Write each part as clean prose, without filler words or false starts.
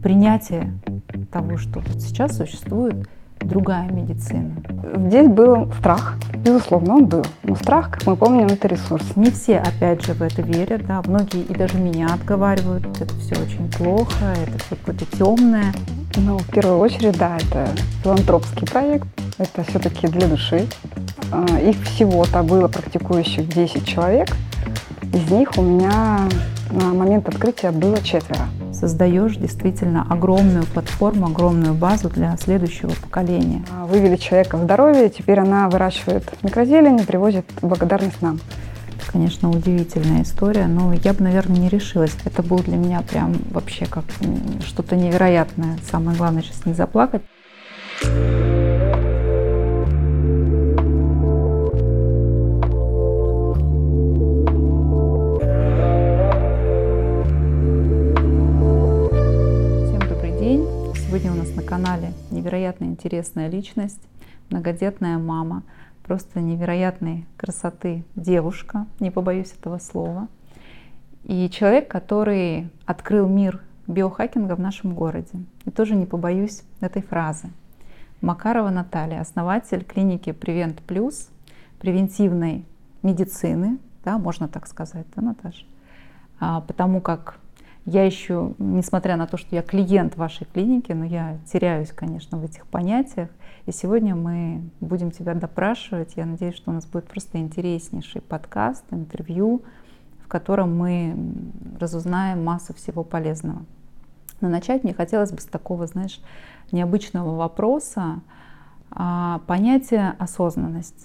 принятие того, что вот сейчас существует другая медицина. Здесь был страх, безусловно, он был. Но страх, как мы помним, это ресурс. Не все, опять же, в это верят, да, многие и даже меня отговаривают, это все очень плохо, это все какое-то темное. Но в первую очередь, да, это филантропский проект, это все-таки для души. Их всего-то было практикующих 10 человек, из них у меня на момент открытия было 4. Создаешь действительно огромную платформу, огромную базу для следующего поколения. Вывели человека в здоровье, теперь она выращивает микрозелень и привозит благодарность нам. Это, конечно, удивительная история, но я бы, наверное, не решилась. Это было для меня прям вообще как что-то невероятное. Самое главное сейчас не заплакать. Сегодня у нас на канале невероятно интересная личность, многодетная мама, просто невероятной красоты девушка, не побоюсь этого слова. И человек, который открыл мир биохакинга в нашем городе. И тоже не побоюсь этой фразы. Макарова Наталья, основатель клиники Prevent Plus, превентивной медицины, да, можно так сказать, да, Наташа? Потому как я еще, несмотря на то, что я клиент вашей клиники, но я теряюсь, конечно, в этих понятиях. И сегодня мы будем тебя допрашивать. Я надеюсь, что у нас будет просто интереснейший подкаст, интервью, в котором мы разузнаем массу всего полезного. Но начать мне хотелось бы с такого, знаешь, необычного вопроса. Понятие осознанность.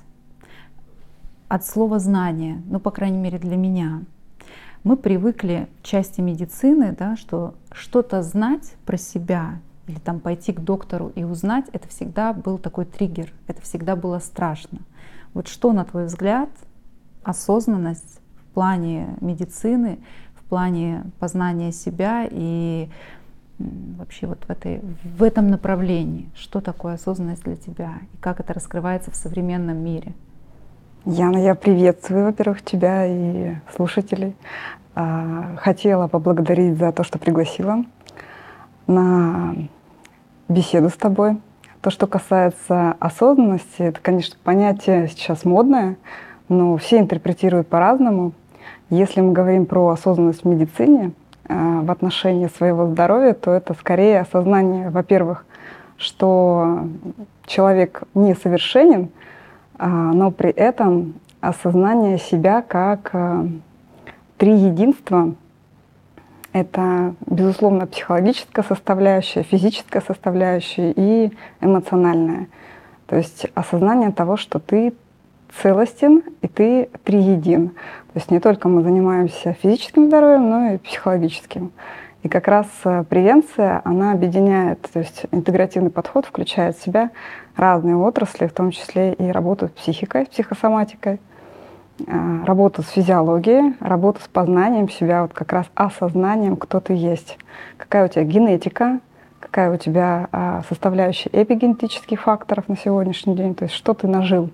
От слова знание, ну, по крайней мере, для меня. Мы привыкли в части медицины, да, что что-то знать про себя или там пойти к доктору и узнать, это всегда был такой триггер, это всегда было страшно. Вот что, на твой взгляд, осознанность в плане медицины, в плане познания себя и вообще вот в этом направлении? Что такое осознанность для тебя и как это раскрывается в современном мире? Яна, я приветствую, во-первых, тебя и слушателей. Хотела поблагодарить за то, что пригласила на беседу с тобой. То, что касается осознанности, это, конечно, понятие сейчас модное, но все интерпретируют по-разному. Если мы говорим про осознанность в медицине в отношении своего здоровья, то это скорее осознание, во-первых, что человек несовершенен, но при этом осознание себя как триединства. Это, безусловно, психологическая составляющая, физическая составляющая и эмоциональная. То есть осознание того, что ты целостен и ты триедин. То есть не только мы занимаемся физическим здоровьем, но и психологическим. И как раз превенция, она объединяет, то есть интегративный подход включает в себя разные отрасли, в том числе и работу с психикой, с психосоматикой, работу с физиологией, работу с познанием себя, вот как раз осознанием, кто ты есть, какая у тебя генетика, какая у тебя составляющая эпигенетических факторов на сегодняшний день, то есть что ты нажил.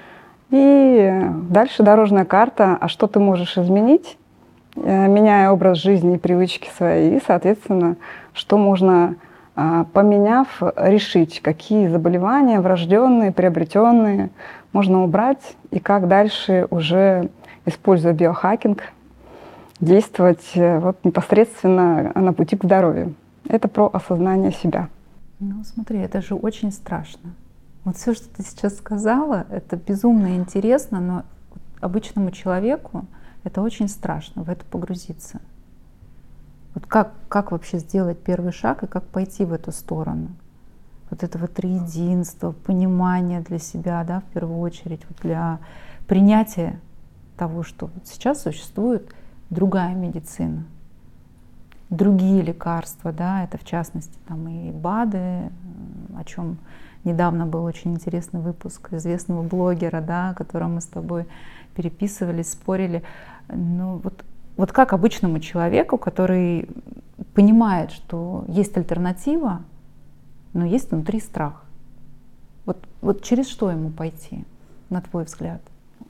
И дальше дорожная карта, а что ты можешь изменить, меняя образ жизни и привычки свои, и, соответственно, что можно, поменяв, решить, какие заболевания врожденные, приобретенные можно убрать, и как дальше уже, используя биохакинг, действовать вот непосредственно на пути к здоровью. Это про осознание себя. Ну, смотри, это же очень страшно. Вот все, что ты сейчас сказала, это безумно интересно, но обычному человеку это очень страшно, в это погрузиться. Вот как вообще сделать первый шаг и как пойти в эту сторону? Вот этого триединства, понимания для себя, да, в первую очередь, вот для принятия того, что вот сейчас существует другая медицина, другие лекарства, да, это в частности там и БАДы, о чем недавно был очень интересный выпуск известного блогера, да, о котором мы с тобой переписывались, спорили. Ну, вот как обычному человеку, который понимает, что есть альтернатива, но есть внутри страх. Вот через что ему пойти, на твой взгляд?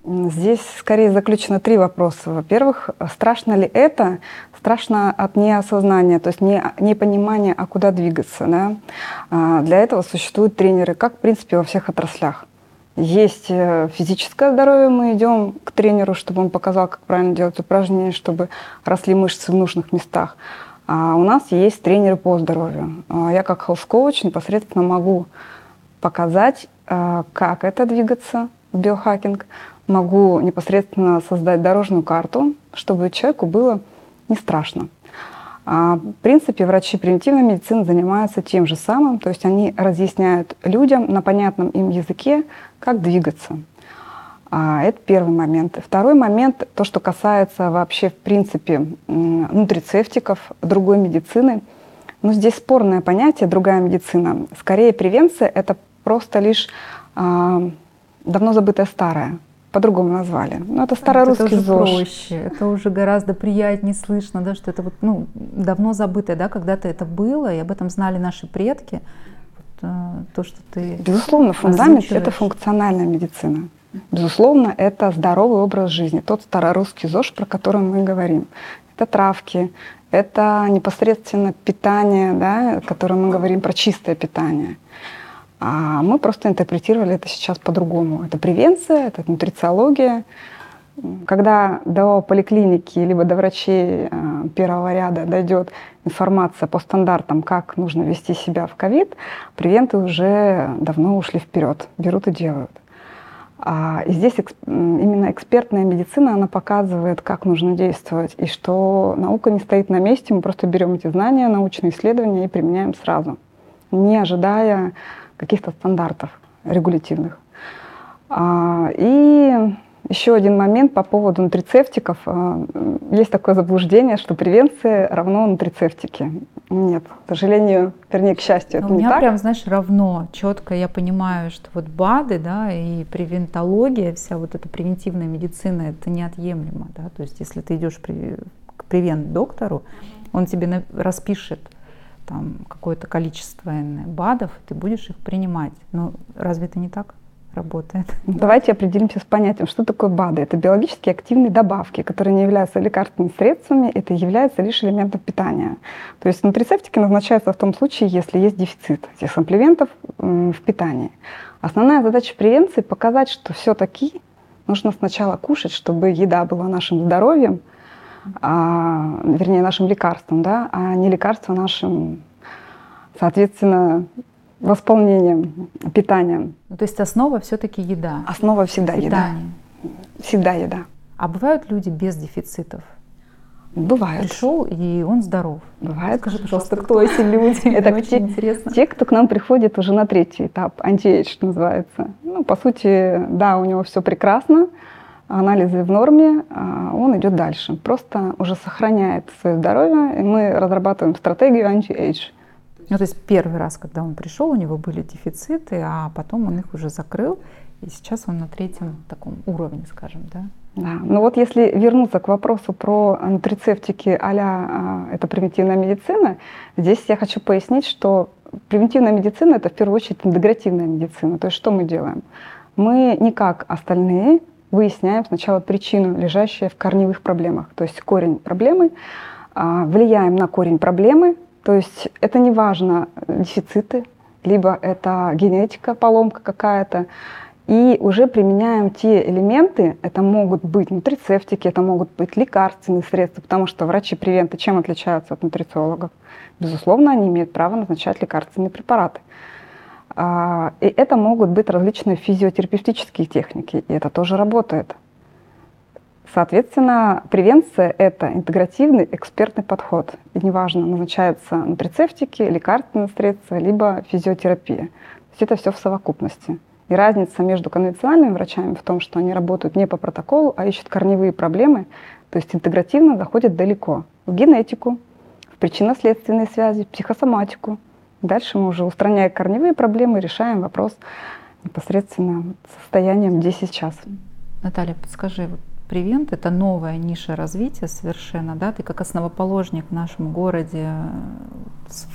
Здесь скорее заключено 3 вопроса. Во-первых, страшно ли это? Страшно от неосознания, то есть непонимания, а куда двигаться. Да? Для этого существуют тренеры, как в принципе во всех отраслях. Есть физическое здоровье, мы идем к тренеру, чтобы он показал, как правильно делать упражнения, чтобы росли мышцы в нужных местах. А у нас есть тренеры по здоровью. Я как health-коуч непосредственно могу показать, как это двигаться в биохакинг, могу непосредственно создать дорожную карту, чтобы человеку было не страшно. В принципе, врачи превентивной медицины занимаются тем же самым, то есть они разъясняют людям на понятном им языке, как двигаться. Это первый момент. Второй момент, то, что касается вообще, в принципе, нутрицептиков, другой медицины. Ну, здесь спорное понятие «другая медицина». Скорее, превенция — это просто лишь давно забытое старое. По-другому назвали. Но это старорусский это уже ЗОЖ. Проще, это уже гораздо приятнее слышно, да, что это вот, ну, давно забытое, да, когда-то это было, и об этом знали наши предки. Вот, то, что ты Безусловно, фундамент — это функциональная медицина. Безусловно, это здоровый образ жизни, тот старорусский ЗОЖ, про который мы говорим. Это травки, это непосредственно питание, да, о котором мы говорим про чистое питание. А мы просто интерпретировали это сейчас по-другому. Это превенция, это нутрициология. Когда до поликлиники либо до врачей первого ряда дойдет информация по стандартам, как нужно вести себя в ковид, превенты уже давно ушли вперед, берут и делают. И здесь именно экспертная медицина, она показывает, как нужно действовать, и что наука не стоит на месте, мы просто берем эти знания, научные исследования и применяем сразу, не ожидая каких-то стандартов регулятивных. И еще один момент по поводу нутрицептиков. Есть такое заблуждение, что превенция равно нутрицептики. Нет, к сожалению, вернее, к счастью, это не так. У меня прям, знаешь, равно, четко я понимаю, что вот БАДы, да, и превентология, вся вот эта превентивная медицина, это неотъемлемо, да, то есть если ты идешь к превент-доктору, он тебе распишет там какое-то количество БАДов, ты будешь их принимать. Но разве это не так работает? Давайте определимся с понятием, что такое БАДы. Это биологически активные добавки, которые не являются лекарственными средствами, это является лишь элементом питания. То есть нутрицептики назначаются в том случае, если есть дефицит этих сапплементов в питании. Основная задача превенции — показать, что все-таки нужно сначала кушать, чтобы еда была нашим здоровьем, вернее, нашим лекарством, да, а не лекарство нашим, соответственно, восполнением, питанием. То есть основа все-таки еда. Основа всегда питание. Еда. Всегда еда. А бывают люди без дефицитов? Бывает. Пришел, и он здоров. Бывает. Скажи, пожалуйста, кто эти люди? Это очень интересно. Те, кто к нам приходит уже на 3-й этап, анти-эйдж называется. Ну, по сути, да, у него все прекрасно, анализы в норме, он идет дальше. Просто уже сохраняет свое здоровье, и мы разрабатываем стратегию анти-эйдж. Ну, то есть первый раз, когда он пришел, у него были дефициты, а потом он их уже закрыл, и сейчас он на 3-м таком уровне, скажем, да? Да. Ну вот если вернуться к вопросу про нутрицептики а-ля это превентивная медицина, здесь я хочу пояснить, что превентивная медицина — это в первую очередь интегративная медицина. То есть что мы делаем? Мы не как остальные выясняем сначала причину, лежащую в корневых проблемах, то есть корень проблемы, влияем на корень проблемы, то есть это не важно дефициты, либо это генетика, поломка какая-то, и уже применяем те элементы, это могут быть нутрицептики, это могут быть лекарственные средства, потому что врачи-превенты чем отличаются от нутрициологов? Безусловно, они имеют право назначать лекарственные препараты. И это могут быть различные физиотерапевтические техники, и это тоже работает. Соответственно, превенция — это интегративный экспертный подход. И неважно, назначаются нутрицептики, лекарственные средства, либо физиотерапия. То есть это все в совокупности. И разница между конвенциональными врачами в том, что они работают не по протоколу, а ищут корневые проблемы, то есть интегративно заходят далеко. В генетику, в причинно-следственные связи, в психосоматику. Дальше мы уже, устраняя корневые проблемы, решаем вопрос непосредственно состоянием здесь и сейчас. Наталья, подскажи, вот превент — это новая ниша развития совершенно, да? Ты как основоположник в нашем городе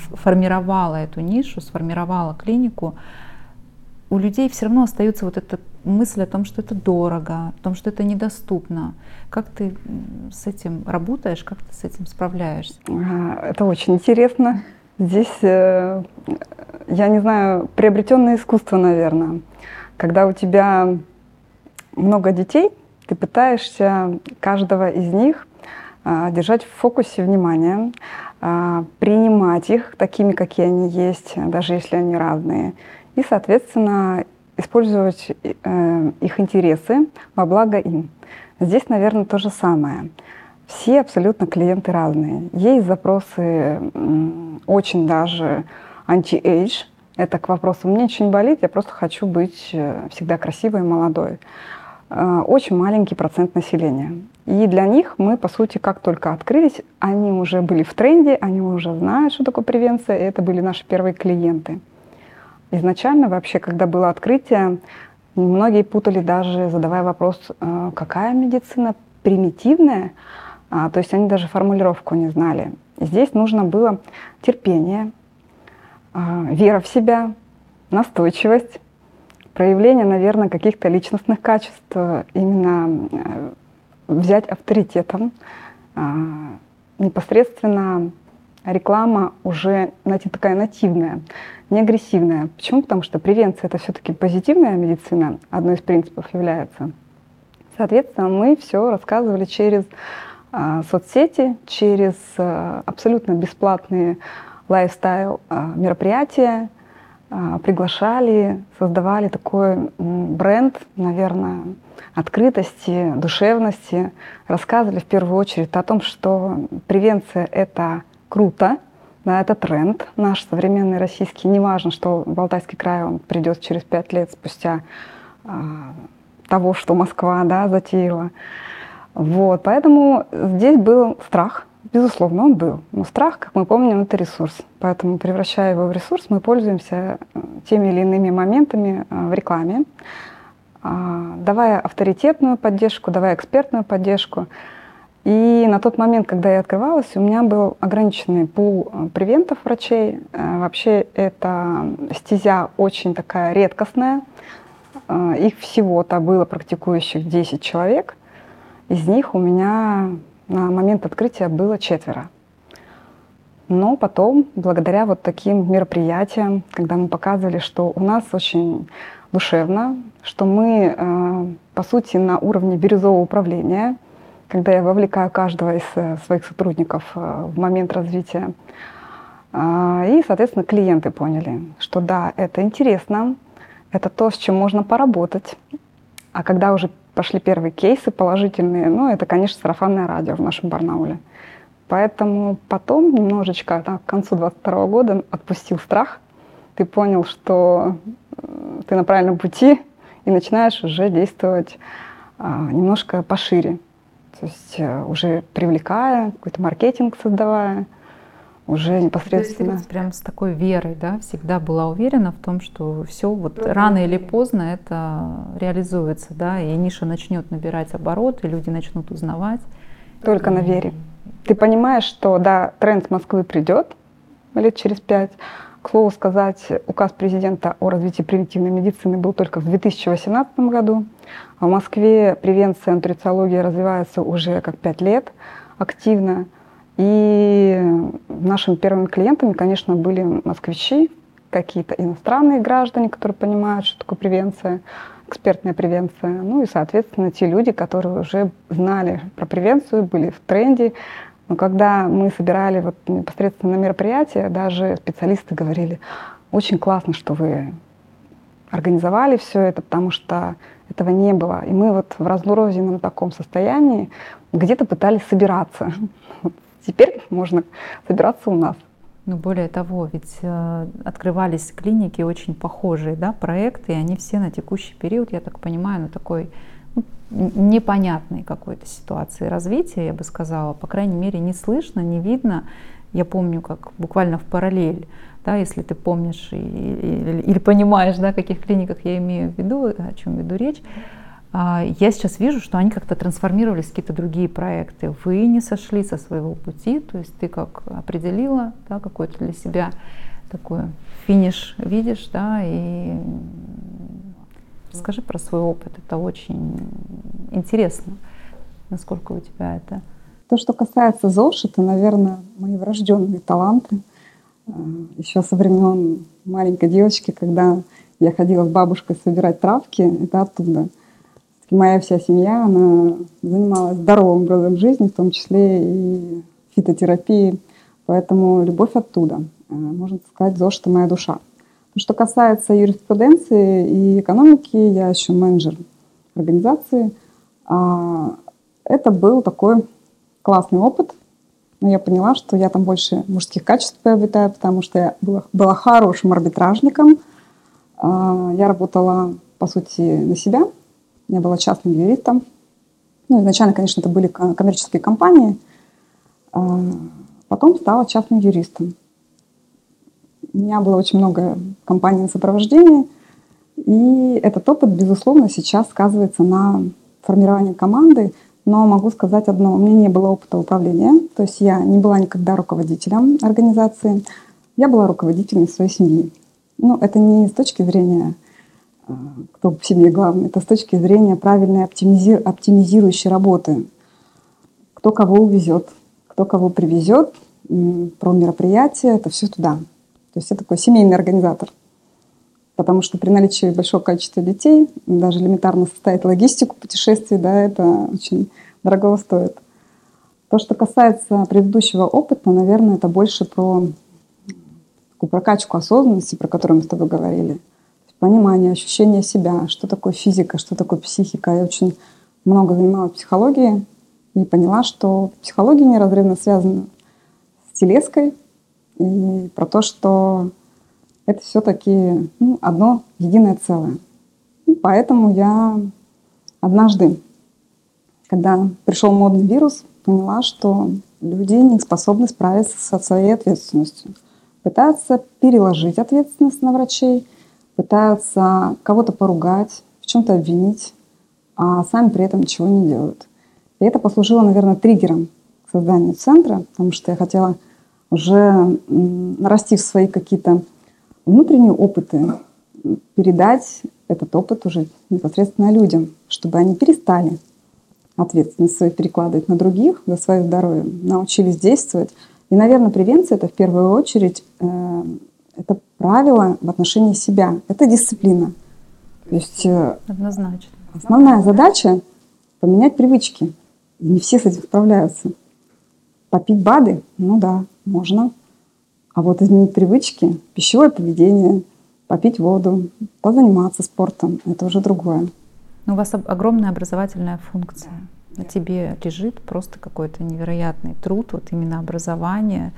сформировала эту нишу, сформировала клинику. У людей все равно остается вот это мысль о том, что это дорого, о том, что это недоступно. Как ты с этим работаешь, как ты с этим справляешься? Это очень интересно. Здесь, я не знаю, приобретенное искусство, наверное. Когда у тебя много детей, ты пытаешься каждого из них держать в фокусе внимания, принимать их такими, какие они есть, даже если они разные, и, соответственно, использовать их интересы во благо им. Здесь, наверное, то же самое. Все абсолютно клиенты разные. Есть запросы очень даже анти-эйдж. Это к вопросу «мне ничего не болит, я просто хочу быть всегда красивой и молодой». Очень маленький процент населения. И для них мы, по сути, как только открылись, они уже были в тренде, они уже знают, что такое превенция, и это были наши первые клиенты. Изначально вообще, когда было открытие, многие путали даже, задавая вопрос, какая медицина примитивная, то есть они даже формулировку не знали. Здесь нужно было терпение, вера в себя, настойчивость, проявление, наверное, каких-то личностных качеств, именно взять авторитетом, непосредственно реклама уже, знаете, такая нативная, не агрессивная. Почему? Потому что превенция — это все-таки позитивная медицина, одной из принципов является. Соответственно, мы все рассказывали через соцсети, через абсолютно бесплатные лайфстайл мероприятия, приглашали, создавали такой бренд, наверное, открытости, душевности, рассказывали в первую очередь о том, что превенция — это круто, да, это тренд наш современный российский. Не важно, что в Алтайский край он придет через 5 лет спустя того, что Москва, да, затеяла. Вот, поэтому здесь был страх. Безусловно, он был. Но страх, как мы помним, это ресурс. Поэтому, превращая его в ресурс, мы пользуемся теми или иными моментами в рекламе, давая авторитетную поддержку, давая экспертную поддержку. И на тот момент, когда я открывалась, у меня был ограниченный пул превентов врачей. Вообще эта стезя очень такая редкостная. Их всего-то было практикующих 10 человек. Из них у меня на момент открытия было 4. Но потом, благодаря вот таким мероприятиям, когда мы показывали, что у нас очень душевно, что мы, по сути, на уровне бирюзового управления, когда я вовлекаю каждого из своих сотрудников в момент развития, и, соответственно, клиенты поняли, что да, это интересно, это то, с чем можно поработать. А когда уже пошли первые кейсы положительные, ну, это, конечно, сарафанное радио в нашем Барнауле. Поэтому потом немножечко, к концу 2022 года отпустил страх. Ты понял, что ты на правильном пути и начинаешь уже действовать немножко пошире. То есть уже привлекая, какой-то маркетинг создавая, уже непосредственно. То есть ты прям с такой верой, да, всегда была уверена в том, что все вот рано или поздно это реализуется, да, и ниша начнет набирать обороты, люди начнут узнавать. Только на вере. Ты понимаешь, что да, тренд с Москвы придет лет через 5. К слову сказать, указ президента о развитии превентивной медицины был только в 2018 году. А в Москве превенция нутрициологии развивается уже как 5 лет активно. И нашими первыми клиентами, конечно, были москвичи, какие-то иностранные граждане, которые понимают, что такое превенция, экспертная превенция. Ну и, соответственно, те люди, которые уже знали про превенцию, были в тренде. Но когда мы собирали вот непосредственно на мероприятия, даже специалисты говорили: очень классно, что вы организовали все это, потому что этого не было. И мы вот в размороженном таком состоянии где-то пытались собираться. Теперь можно собираться у нас. Ну, более того, ведь открывались клиники очень похожие, да, проекты, и они все на текущий период, я так понимаю, на такой непонятной какой-то ситуации развития, я бы сказала, по крайней мере, не слышно, не видно. Я помню, как буквально в параллель, да, если ты помнишь или понимаешь, да, о каких клиниках я имею в виду, о чем веду речь, я сейчас вижу, что они как-то трансформировались в какие-то другие проекты. Вы не сошли со своего пути, то есть ты как определила, да, какой-то для себя такой финиш видишь, да, и Расскажи про свой опыт, это очень интересно, насколько у тебя это... То, что касается ЗОЖ, это, наверное, мои врожденные таланты. Еще со времен маленькой девочки, когда я ходила с бабушкой собирать травки, это оттуда. Моя вся семья, она занималась здоровым образом жизни, в том числе и фитотерапией. Поэтому любовь оттуда. Можно сказать, ЗОЖ — это моя душа. Что касается юриспруденции и экономики, я еще менеджер организации. Это был такой классный опыт. Но я поняла, что я там больше мужских качеств приобретаю, потому что я была хорошим арбитражником. Я работала, по сути, на себя. Я была частным юристом. Ну, изначально, конечно, это были коммерческие компании. Потом стала частным юристом. У меня было очень много компаний на сопровождении. И этот опыт, безусловно, сейчас сказывается на формировании команды. Но могу сказать одно. У меня не было опыта управления. То есть я не была никогда руководителем организации. Я была руководителем своей семьи. Ну, это не с точки зрения, кто в семье главный, это с точки зрения правильной оптимизирующей работы. Кто кого увезет, кто кого привезет, про мероприятия, это все туда. То есть это такой семейный организатор. Потому что при наличии большого количества детей, даже элементарно составить логистику путешествий, да, это очень дорого стоит. То, что касается предыдущего опыта, наверное, это больше про такую прокачку осознанности, про которую мы с тобой говорили. Понимание, ощущение себя, что такое физика, что такое психика. Я очень много занималась психологией и поняла, что психология неразрывно связана с телеской и про то, что это все-таки одно единое целое. И поэтому я однажды, когда пришел модный вирус, поняла, что люди не способны справиться со своей ответственностью. Пытаются переложить ответственность на врачей, пытаются кого-то поругать, в чем-то обвинить, а сами при этом ничего не делают. И это послужило, наверное, триггером к созданию центра, потому что я хотела уже, нарастив свои какие-то внутренние опыты, передать этот опыт уже непосредственно людям, чтобы они перестали ответственность свою перекладывать на других за свое здоровье, научились действовать. И, наверное, превенция — это в первую очередь это правило в отношении себя, это дисциплина. То есть однозначно. Основная задача — поменять привычки. И не все с этим справляются. Попить БАДы? Ну да, можно. А вот изменить привычки, пищевое поведение, попить воду, позаниматься спортом — это уже другое. Но у вас огромная образовательная функция. На тебе лежит просто какой-то невероятный труд, вот именно образование,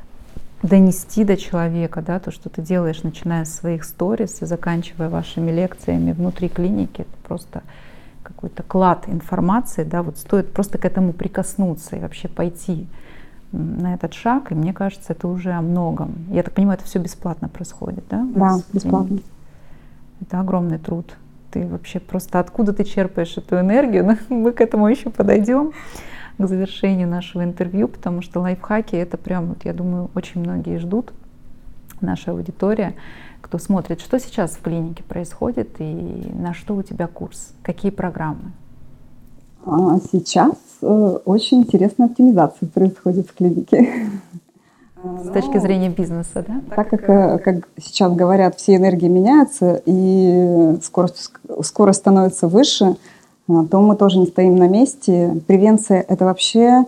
донести до человека, да, то, что ты делаешь, начиная с своих сторис и заканчивая вашими лекциями внутри клиники, это просто какой-то клад информации, да, вот стоит просто к этому прикоснуться и вообще пойти на этот шаг, и мне кажется, это уже о многом. Я так понимаю, это все бесплатно происходит, да? Да, бесплатно. Это огромный труд. Ты вообще просто откуда ты черпаешь эту энергию? Мы к этому еще подойдем, к завершению нашего интервью, потому что лайфхаки — это прям, вот, я думаю, очень многие ждут, наша аудитория, кто смотрит, что сейчас в клинике происходит и на что у тебя курс, какие программы? Сейчас очень интересная оптимизация происходит в клинике. С точки зрения бизнеса, да? Так как сейчас говорят, все энергии меняются и скорость становится выше, то мы тоже не стоим на месте. Превенция — это вообще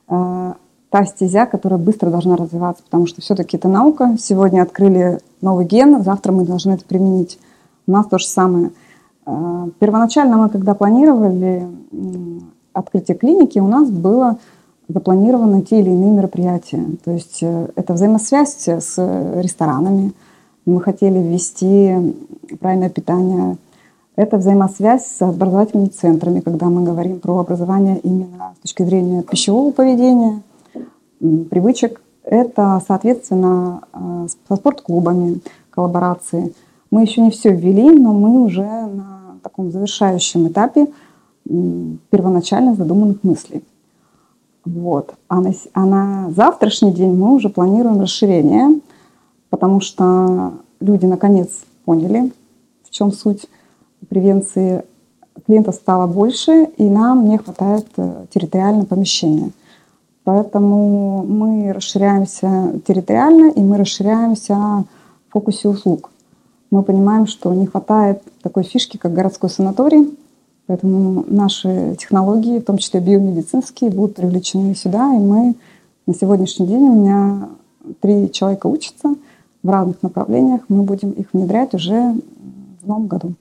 та стезя, которая быстро должна развиваться, потому что все-таки это наука. Сегодня открыли новый ген, завтра мы должны это применить. У нас то же самое. Первоначально мы, когда планировали открытие клиники, у нас было запланированы те или иные мероприятия. То есть это взаимосвязь с ресторанами. Мы хотели ввести правильное питание. Это взаимосвязь с образовательными центрами, когда мы говорим про образование именно с точки зрения пищевого поведения, привычек. Это, соответственно, со спортклубами коллаборации. Мы еще не все ввели, но мы уже на таком завершающем этапе первоначально задуманных мыслей. Вот. А на завтрашний день мы уже планируем расширение, потому что люди наконец поняли, в чем суть превенции клиентов стало больше, и нам не хватает территориального помещения. Поэтому мы расширяемся территориально, и мы расширяемся в фокусе услуг. Мы понимаем, что не хватает такой фишки, как городской санаторий, поэтому наши технологии, в том числе биомедицинские, будут привлечены сюда, и мы на сегодняшний день, у меня 3 человека учатся в разных направлениях, мы будем их внедрять уже в новом году.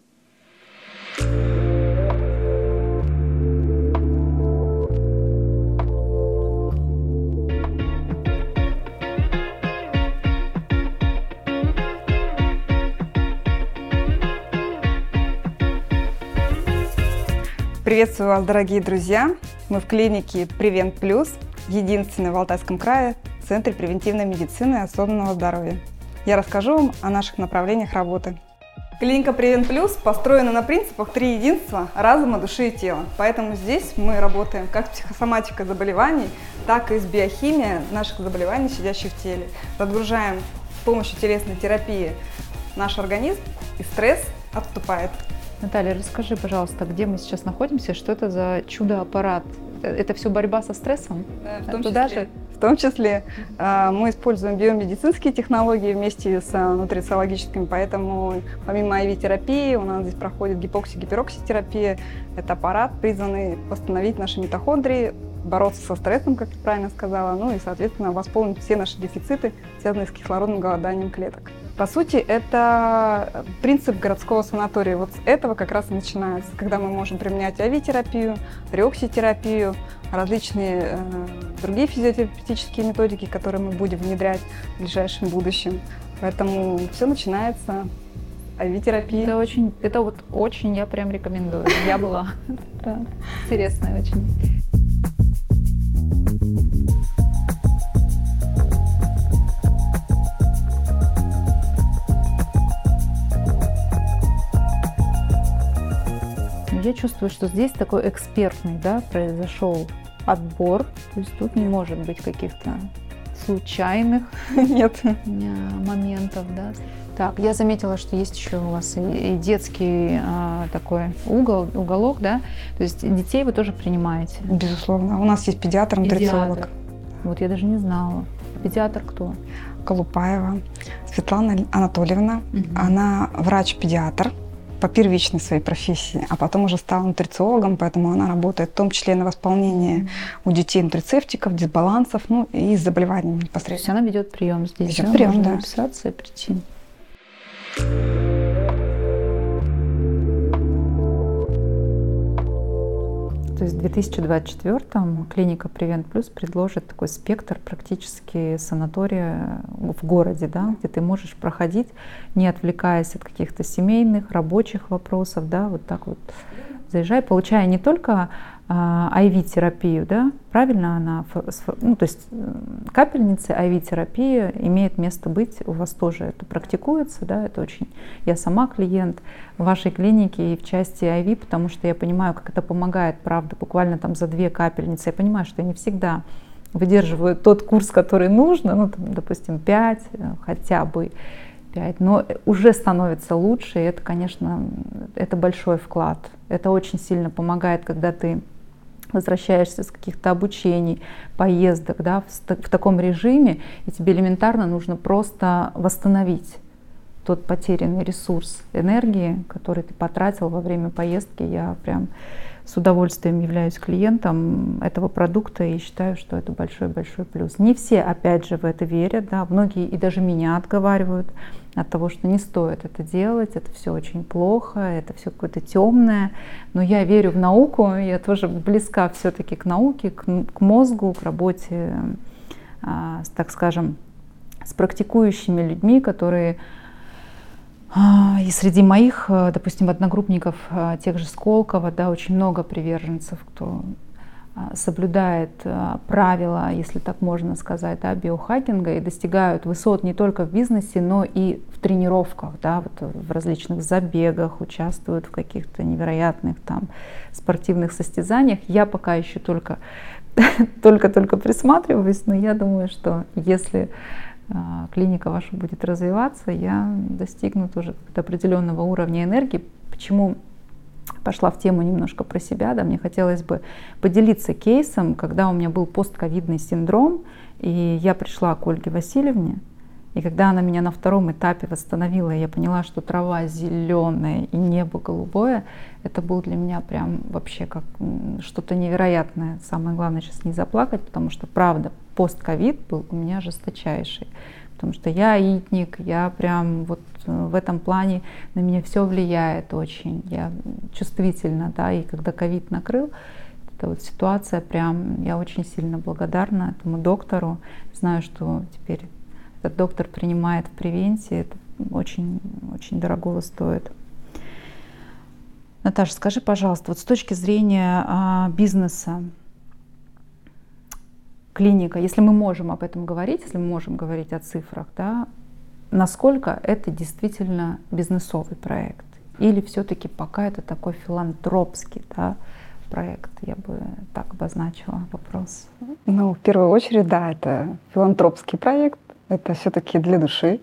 Приветствую вас, дорогие друзья! Мы в клинике Prevent Plus, единственной в Алтайском крае Центре превентивной медицины и осознанного здоровья. Я расскажу вам о наших направлениях работы. Клиника Prevent Plus построена на принципах 3 единства разума, души и тела. Поэтому здесь мы работаем как с психосоматикой заболеваний, так и с биохимией наших заболеваний, сидящих в теле. Разгружаем с помощью телесной терапии наш организм, и стресс отступает. Наталья, расскажи, пожалуйста, где мы сейчас находимся, что это за чудо-аппарат? Это все борьба со стрессом? Да, в том числе мы используем биомедицинские технологии вместе с нутрициологическими, поэтому помимо IV-терапии у нас здесь проходит гипокси-гиперокситерапия. Это аппарат, призванный восстановить наши митохондрии, бороться со стрессом, как ты правильно сказала, ну и, соответственно, восполнить все наши дефициты, связанные с кислородным голоданием клеток. По сути, это принцип городского санатория. Вот с этого как раз и начинается, когда мы можем применять IV-терапию, реокситерапию, различные другие физиотерапевтические методики, которые мы будем внедрять в ближайшем будущем. Поэтому все начинается с IV-терапии. Это очень я прям рекомендую. Я была. Интересная очень. Я чувствую, что здесь такой экспертный, произошел отбор, то есть тут не может быть каких-то случайных моментов, да. Так, я заметила, что есть еще у вас и детский такой уголок, да, то есть детей вы тоже принимаете? Безусловно, у нас есть педиатр, нутрициолог. Вот я даже не знала. Педиатр кто? Колупаева Светлана Анатольевна, она врач-педиатр по первичной своей профессии, а потом уже стала нутрициологом, поэтому она работает в том числе на восполнение у детей нутрицептиков, дисбалансов, ну и с заболеваниями непосредственно. То есть она ведет прием здесь, ведет прием, можно да. Записаться и прийти. То есть в 2024-м клиника Prevent Plus предложит такой спектр практически санатория в городе, да, где ты можешь проходить, не отвлекаясь от каких-то семейных, рабочих вопросов, да, вот так вот заезжай, получая не только IV-терапию, да, правильно она, ну, то есть капельницы, IV-терапия имеет место быть, у вас тоже это практикуется, да, это очень, я сама клиент вашей клиники и в части IV, потому что я понимаю, как это помогает, правда, буквально там за 2 капельницы, я понимаю, что я не всегда выдерживаю тот курс, который нужно, ну, там, допустим, 5, хотя бы 5, но уже становится лучше, и это, конечно, это большой вклад, это очень сильно помогает, когда ты возвращаешься с каких-то обучений, поездок, да, в таком режиме, и тебе элементарно нужно просто восстановить тот потерянный ресурс энергии, который ты потратил во время поездки. Я прям с удовольствием являюсь клиентом этого продукта и считаю, что это большой-большой плюс. Не все, опять же, в это верят, да, многие и даже меня отговаривают от того, что не стоит это делать, это все очень плохо, это все какое-то темное, но я верю в науку, я тоже близка все-таки к науке, к мозгу, к работе, так скажем, с практикующими людьми, которые и среди моих, допустим, одногруппников, тех же Сколково, да, очень много приверженцев, кто соблюдает правила, если так можно сказать, да, биохакинга и достигают высот не только в бизнесе, но и в тренировках, да, вот в различных забегах, участвуют в каких-то невероятных там спортивных состязаниях. Я пока еще только присматриваюсь, но я думаю, что если клиника ваша будет развиваться, я достигну тоже определенного уровня энергии. Почему пошла в тему немножко про себя, да, мне хотелось бы поделиться кейсом, когда у меня был постковидный синдром, и я пришла к Ольге Васильевне, и когда она меня на втором этапе восстановила, и я поняла, что трава зеленая и небо голубое, это был для меня прям вообще как что-то невероятное. Самое главное сейчас не заплакать, потому что, правда, постковид был у меня жесточайший. Потому что я аитник, я прям вот в этом плане на меня все влияет очень. Я чувствительна, да, и когда ковид накрыл, эта вот ситуация прям, я очень сильно благодарна этому доктору. Знаю, что теперь этот доктор принимает в превенции, это очень, очень дорого стоит. Наташа, скажи, пожалуйста, вот с точки зрения бизнеса, клиника, если мы можем об этом говорить, если мы можем говорить о цифрах, да, насколько это действительно бизнесовый проект? Или все-таки пока это такой филантропский, да, проект? Я бы так обозначила вопрос. Ну, в первую очередь, да, это филантропский проект. Это все-таки для души.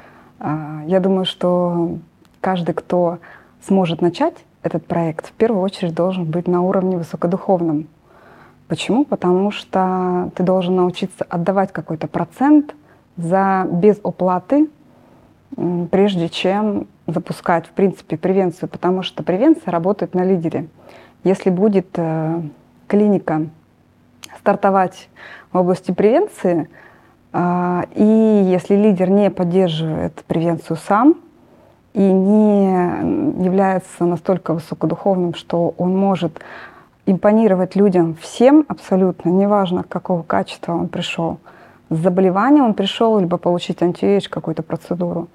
Я думаю, что каждый, кто сможет начать этот проект, в первую очередь должен быть на уровне высокодуховном. Почему? Потому что ты должен научиться отдавать какой-то процент без оплаты, прежде чем запускать, в принципе, превенцию, потому что превенция работает на лидере. Если будет клиника стартовать в области превенции, и если лидер не поддерживает превенцию сам и не является настолько высокодуховным, что он может импонировать людям всем абсолютно, неважно, какого качества он пришел, с заболеванием он пришел, либо получить анти-эйдж, какую-то процедуру.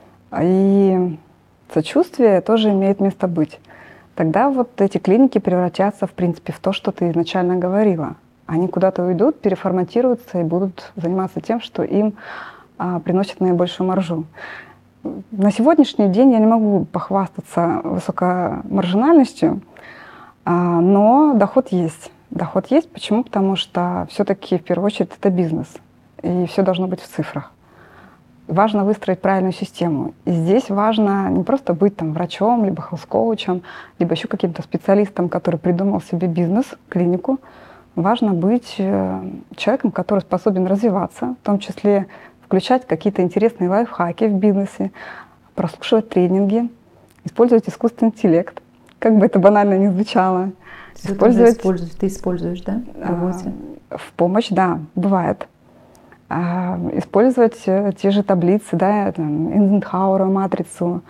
И сочувствие тоже имеет место быть. Тогда вот эти клиники превратятся, в принципе, в то, что ты изначально говорила. Они куда-то уйдут, переформатируются и будут заниматься тем, что им приносит наибольшую маржу. На сегодняшний день я не могу похвастаться высокомаржинальностью, но доход есть. Доход есть. Почему? Потому что все-таки в первую очередь это бизнес. И все должно быть в цифрах. Важно выстроить правильную систему. И здесь важно не просто быть там врачом, либо хелс-коучем, либо еще каким-то специалистом, который придумал себе бизнес, клинику. Важно быть человеком, который способен развиваться, в том числе включать какие-то интересные лайфхаки в бизнесе, прослушивать тренинги, использовать искусственный интеллект, как бы это банально ни звучало. Ты используешь, да, в работе? В помощь, да, бывает. Использовать те же таблицы, да, Эйзенхауэра матрицу,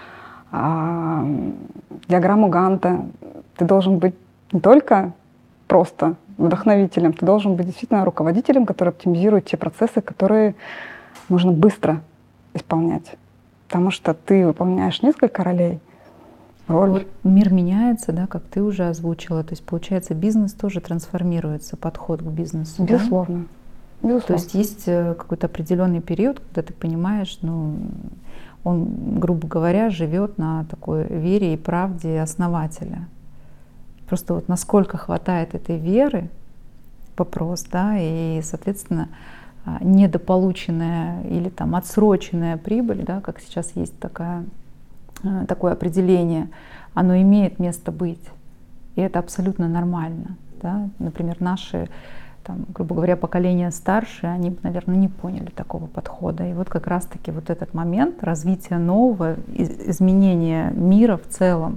диаграмму Ганта. Ты должен быть не только просто вдохновителем, ты должен быть действительно руководителем, который оптимизирует те процессы, которые нужно быстро исполнять. Потому что ты выполняешь несколько ролей. Вот мир меняется, да, как ты уже озвучила. То есть, получается, бизнес тоже трансформируется, подход к бизнесу. Безусловно. Да? Безусловно. То есть есть какой-то определенный период, когда ты понимаешь, ну, он, грубо говоря, живет на такой вере и правде основателя. Просто вот насколько хватает этой веры, вопрос, да, и, соответственно, недополученная или там отсроченная прибыль, да, как сейчас есть такое определение, оно имеет место быть. И это абсолютно нормально. Да? Например, наши, там, грубо говоря, поколения старше, они бы, наверное, не поняли такого подхода. И вот как раз-таки вот этот момент развития нового, изменения мира в целом,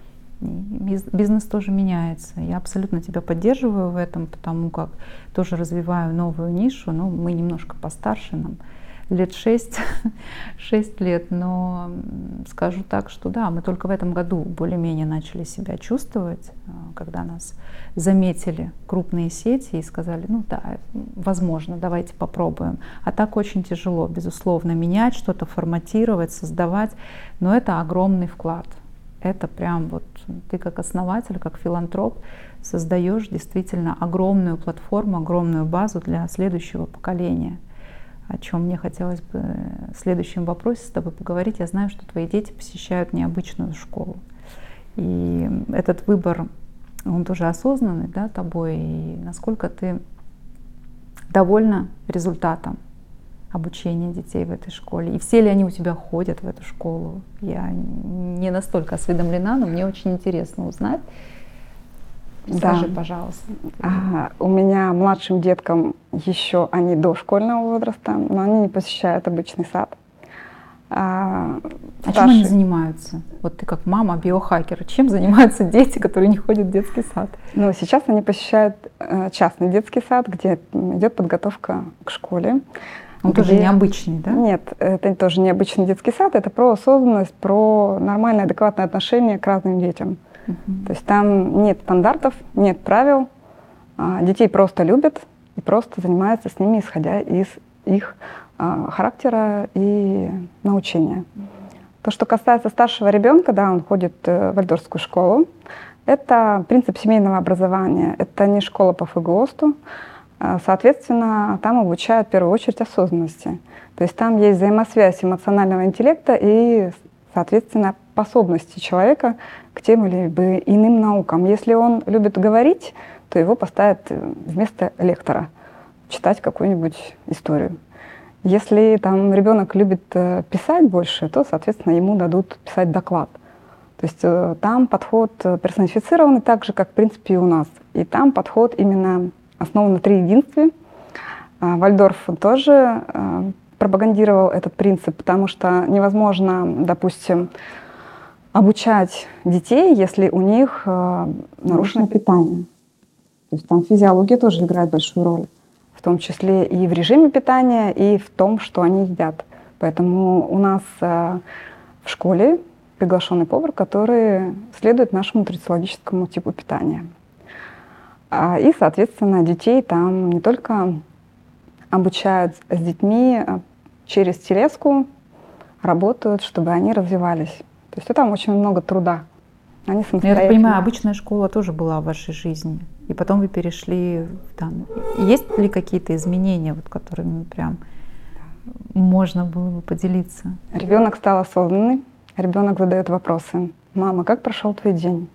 бизнес тоже меняется. Я абсолютно тебя поддерживаю в этом, потому как тоже развиваю новую нишу. Ну, мы немножко постарше, нам лет 6 лет, но скажу так, что да, мы только в этом году более-менее начали себя чувствовать, когда нас заметили крупные сети и сказали, ну да, возможно, давайте попробуем. А так очень тяжело, безусловно, менять что-то, форматировать, создавать, но это огромный вклад. Это прям вот ты как основатель, как филантроп создаешь действительно огромную платформу, огромную базу для следующего поколения. О чем мне хотелось бы в следующем вопросе с тобой поговорить. Я знаю, что твои дети посещают необычную школу. И этот выбор, он тоже осознанный, да, тобой. И насколько ты довольна результатом обучения детей в этой школе? И все ли они у тебя ходят в эту школу? Я не настолько осведомлена, но мне очень интересно узнать. Скажи, пожалуйста. У меня младшим деткам еще они дошкольного возраста, но они не посещают обычный сад. Чем они занимаются? Вот ты как мама, биохакер, чем занимаются дети, которые не ходят в детский сад? Ну, сейчас они посещают частный детский сад, где идет подготовка к школе. Он тоже необычный, да? Нет, это тоже необычный детский сад, это про осознанность, про нормальное, адекватное отношение к разным детям. То есть там нет стандартов, нет правил, детей просто любят и просто занимаются с ними, исходя из их характера и научения. То, что касается старшего ребенка, да, он ходит в вальдорфскую школу. Это принцип семейного образования, это не школа по ФГОСТу. Соответственно, там обучают в первую очередь осознанности. То есть там есть взаимосвязь эмоционального интеллекта и, соответственно, способности человека к тем или иным наукам. Если он любит говорить, то его поставят вместо лектора читать какую-нибудь историю. Если там ребенок любит писать больше, то, соответственно, ему дадут писать доклад. То есть там подход персонифицированный так же, как, в принципе, и у нас. И там подход именно основан на триединстве. Вальдорф тоже пропагандировал этот принцип, потому что невозможно, допустим, обучать детей, если у них нарушено питание. То есть там физиология тоже играет большую роль, в том числе и в режиме питания, и в том, что они едят. Поэтому у нас в школе приглашенный повар, который следует нашему нутрициологическому типу питания. И, соответственно, детей там не только обучают с детьми через телеску, работают, чтобы они развивались. То есть там очень много труда. Они самостоятельно. Я так понимаю, обычная школа тоже была в вашей жизни, и потом вы перешли там. Есть ли какие-то изменения, вот, которыми прям можно было бы поделиться? Ребенок стал осознанный, ребенок задает вопросы. Мама, как прошел твой день?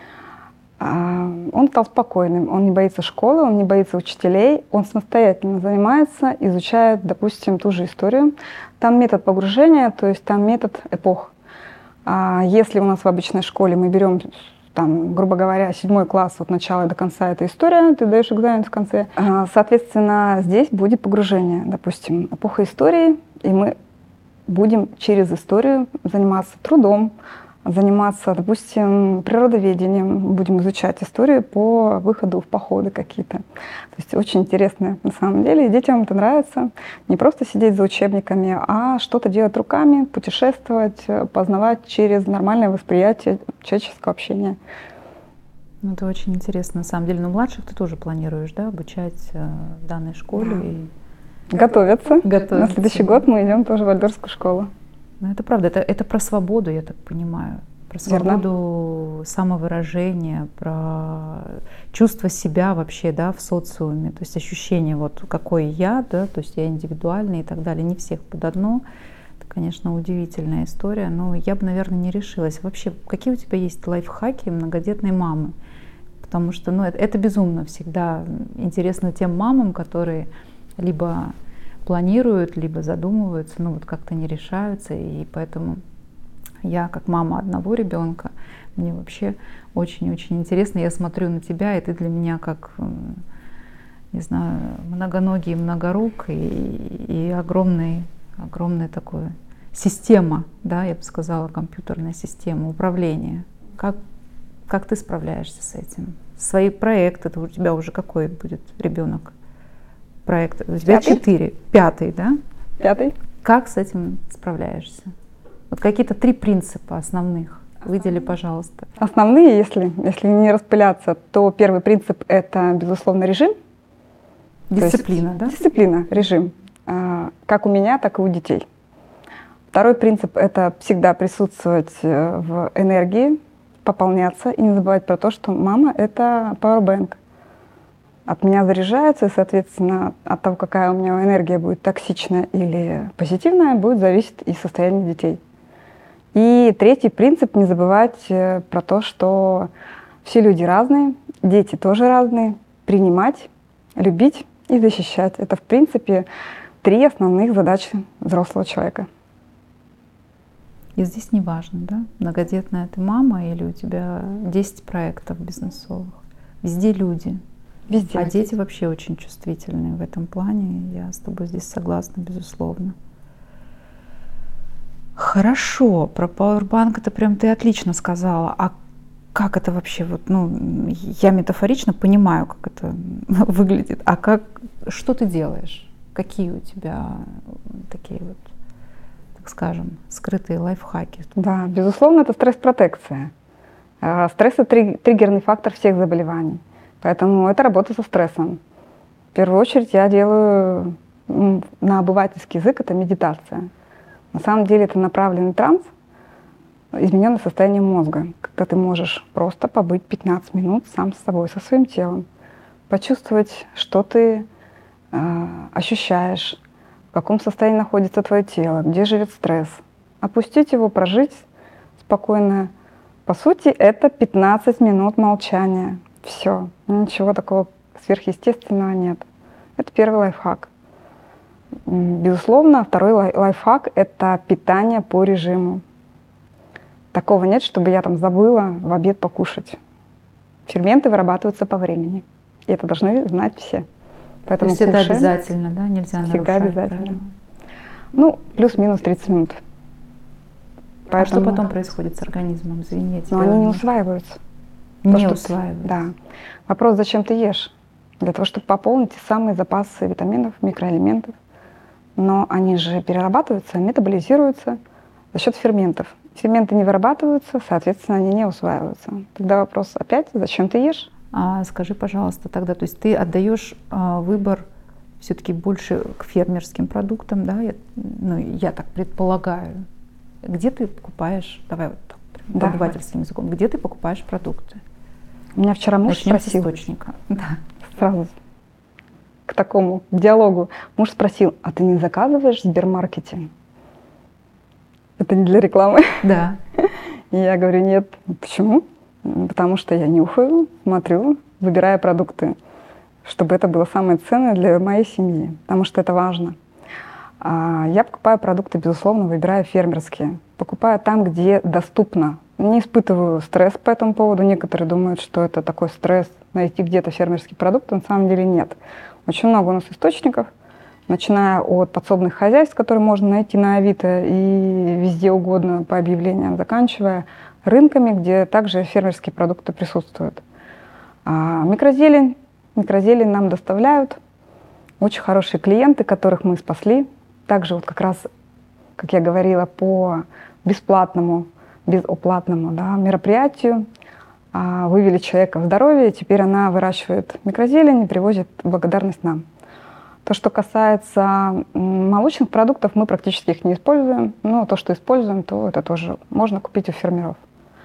Он стал спокойным, он не боится школы, он не боится учителей, он самостоятельно занимается, изучает, допустим, ту же историю. Там метод погружения, то есть там метод эпох. Если у нас в обычной школе мы берем, там, грубо говоря, 7 класс от начала до конца эта история, ты даешь экзамен в конце, соответственно, здесь будет погружение, допустим, эпоха истории, и мы будем через историю заниматься трудом, заниматься, допустим, природоведением, будем изучать историю по выходу в походы какие-то. То есть очень интересно на самом деле, и детям это нравится. Не просто сидеть за учебниками, а что-то делать руками, путешествовать, познавать через нормальное восприятие человеческого общения. Ну, это очень интересно, на самом деле. Но младших ты тоже планируешь, да, обучать в данной школе? Да. И... Готовятся. На следующий год мы идем тоже в вальдорфскую школу. Ну, это правда, это про свободу, я так понимаю. Про свободу самовыражения, про чувство себя вообще, да, в социуме. То есть ощущение, вот какой я, да, то есть я индивидуальный и так далее. Не всех под одно. Это, конечно, удивительная история, но я бы, наверное, не решилась. Вообще, какие у тебя есть лайфхаки многодетной мамы? Потому что, ну, это безумно всегда интересно тем мамам, которые либо планируют, либо задумываются, но вот как-то не решаются. И поэтому я, как мама одного ребенка, мне вообще очень-очень интересно. Я смотрю на тебя, и ты для меня как, не знаю, многоногий, многорук и огромная такая система, да, я бы сказала, компьютерная система управления. Как ты справляешься с этим? Свои проекты, это у тебя уже какой будет ребенок? Проект. У тебя 4, 5, да? 5. Как с этим справляешься? Вот какие-то 3 принципа основных. Выдели, пожалуйста. Основные, если не распыляться, то первый принцип — это, безусловно, режим. Дисциплина, да? Дисциплина, режим. Как у меня, так и у детей. Второй принцип — это всегда присутствовать в энергии, пополняться и не забывать про то, что мама — это powerbank. От меня заряжается, и, соответственно, от того, какая у меня энергия будет токсичная или позитивная, будет зависеть и состояние детей. И третий принцип — не забывать про то, что все люди разные, дети тоже разные, принимать, любить и защищать. Это, в принципе, 3 основных задачи взрослого человека. И здесь не важно, да, многодетная ты мама или у тебя 10 проектов бизнесовых. Везде люди. Везде. А дети вообще очень чувствительные в этом плане. Я с тобой здесь согласна, безусловно. Хорошо, про Powerbank это прям ты отлично сказала. А как это вообще, вот, ну, я метафорично понимаю, как это выглядит. А что ты делаешь? Какие у тебя такие вот, так скажем, скрытые лайфхаки? Да, безусловно, это стресс-протекция. Стресс — это триггерный фактор всех заболеваний. Поэтому это работа со стрессом. В первую очередь я делаю на обывательский язык — это медитация. На самом деле это направленный транс, измененное состояние мозга, когда ты можешь просто побыть 15 минут сам с собой, со своим телом, почувствовать, что ты ощущаешь, в каком состоянии находится твое тело, где живет стресс, опустить его, прожить спокойно. По сути, это 15 минут молчания. Все, ничего такого сверхъестественного нет. Это первый лайфхак. Безусловно, второй лайфхак — это питание по режиму. Такого нет, чтобы я там забыла в обед покушать. Ферменты вырабатываются по времени. И это должны знать все. Поэтому то есть это обязательно, да? Нельзя нарушать. Всегда обязательно. Правильно? Ну, плюс-минус 30 минут. Поэтому... А что потом происходит с организмом? Извини, но они не усваиваются. Не усваиваются. Да. Вопрос, зачем ты ешь? Для того, чтобы пополнить те самые запасы витаминов, микроэлементов. Но они же перерабатываются, метаболизируются за счет ферментов. Ферменты не вырабатываются, соответственно, они не усваиваются. Тогда вопрос опять, зачем ты ешь? Скажи, пожалуйста, тогда, то есть ты отдаешь выбор все-таки больше к фермерским продуктам, да? Я так предполагаю. Где ты покупаешь, давай вот так, обывательским языком, где ты покупаешь продукты? У меня вчера муж спросил. С источника. Да. Сразу к такому диалогу. Муж спросил, а ты не заказываешь в Сбермаркете? Это не для рекламы? Да. И я говорю, нет. Почему? Потому что я нюхаю, смотрю, выбираю продукты, чтобы это было самое ценное для моей семьи, потому что это важно. Я покупаю продукты, безусловно, выбираю фермерские. Покупаю там, где доступно. Не испытываю стресс по этому поводу. Некоторые думают, что это такой стресс, найти где-то фермерский продукт. На самом деле нет. Очень много у нас источников, начиная от подсобных хозяйств, которые можно найти на Авито и везде угодно по объявлениям, заканчивая рынками, где также фермерские продукты присутствуют. Микрозелень нам доставляют. Очень хорошие клиенты, которых мы спасли. Также вот как раз, как я говорила, по бесплатному, безоплатному мероприятию вывели человека в здоровье, и теперь она выращивает микрозелень и привозит в благодарность нам. То, что касается молочных продуктов, мы практически их не используем, но то, что используем, то это тоже можно купить у фермеров.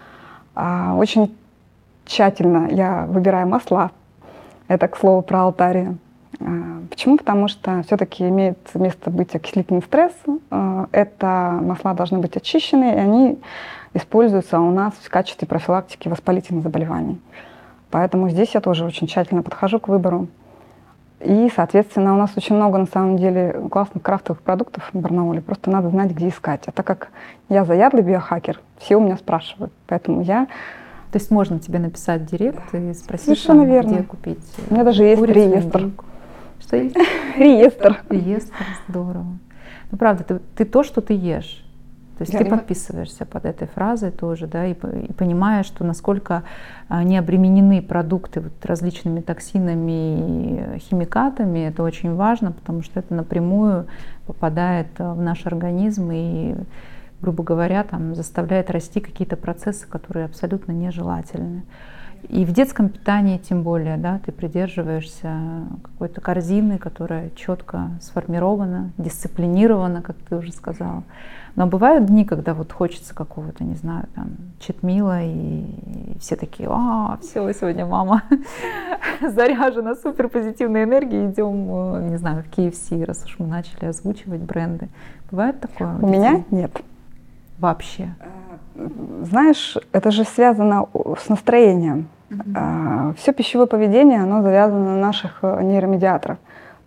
Очень тщательно я выбираю масла. Это, к слову, про Алтарию. Почему? Потому что все-таки имеет место быть окислительный стресс. Это масла должны быть очищены, и они используются у нас в качестве профилактики воспалительных заболеваний. Поэтому здесь я тоже очень тщательно подхожу к выбору. И, соответственно, у нас очень много, на самом деле, классных крафтовых продуктов в Барнауле. Просто надо знать, где искать. А так как я заядлый биохакер, все у меня спрашивают. Поэтому я... То есть можно тебе написать в директ и спросить, совершенно верно, где купить у меня даже есть реестр. Что есть? Реестр. Реестр, здорово. Ну, правда, ты то, что ты ешь. То есть ты подписываешься под этой фразой тоже, да, и понимаешь, что насколько не обременены продукты вот различными токсинами и химикатами. Это очень важно, потому что это напрямую попадает в наш организм и, грубо говоря, там, заставляет расти какие-то процессы, которые абсолютно нежелательны. И в детском питании тем более, да, ты придерживаешься какой-то корзины, которая четко сформирована, дисциплинирована, как ты уже сказала. Но бывают дни, когда вот хочется какого-то, не знаю, там, читмила, и все такие, все, сегодня мама заряжена супер позитивной энергией, идем, не знаю, в KFC, раз уж мы начали озвучивать бренды. Бывает такое? У меня нет. Вообще? Знаешь, это же связано с настроением. Все пищевое поведение, оно завязано на наших нейромедиаторах.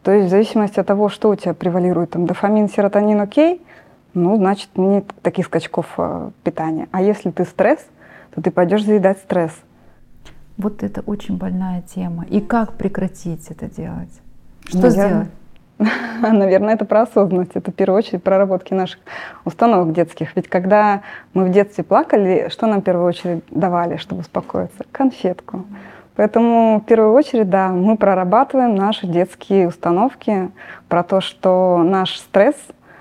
То есть в зависимости от того, что у тебя превалирует, там, дофамин, серотонин, окей, ну, значит, нет таких скачков питания. А если ты стресс, то ты пойдешь заедать стресс. Вот это очень больная тема. И как прекратить это делать? Что сделать? Наверное, это про осознанность. Это в первую очередь проработки наших установок детских. Ведь когда мы в детстве плакали, что нам в первую очередь давали, чтобы успокоиться? Конфетку. Поэтому в первую очередь, да, мы прорабатываем наши детские установки про то, что наш стресс,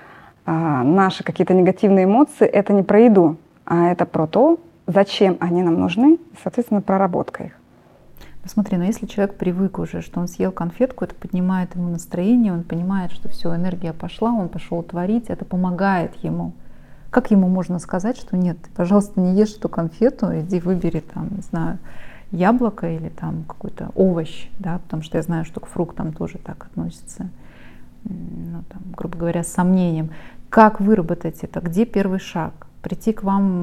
наши какие-то негативные эмоции — это не про еду, а это про то, зачем они нам нужны, и, соответственно, проработка их. Ну, смотри, но если человек привык уже, что он съел конфетку, это поднимает ему настроение, он понимает, что все, энергия пошла, он пошел творить, это помогает ему. Как ему можно сказать, что нет, ты, пожалуйста, не ешь эту конфету, иди выбери там, не знаю, яблоко или там какой-то овощ, да, потому что я знаю, что к фруктам тоже так относятся, ну, там, грубо говоря, с сомнением. Как выработать это? Где первый шаг? Прийти к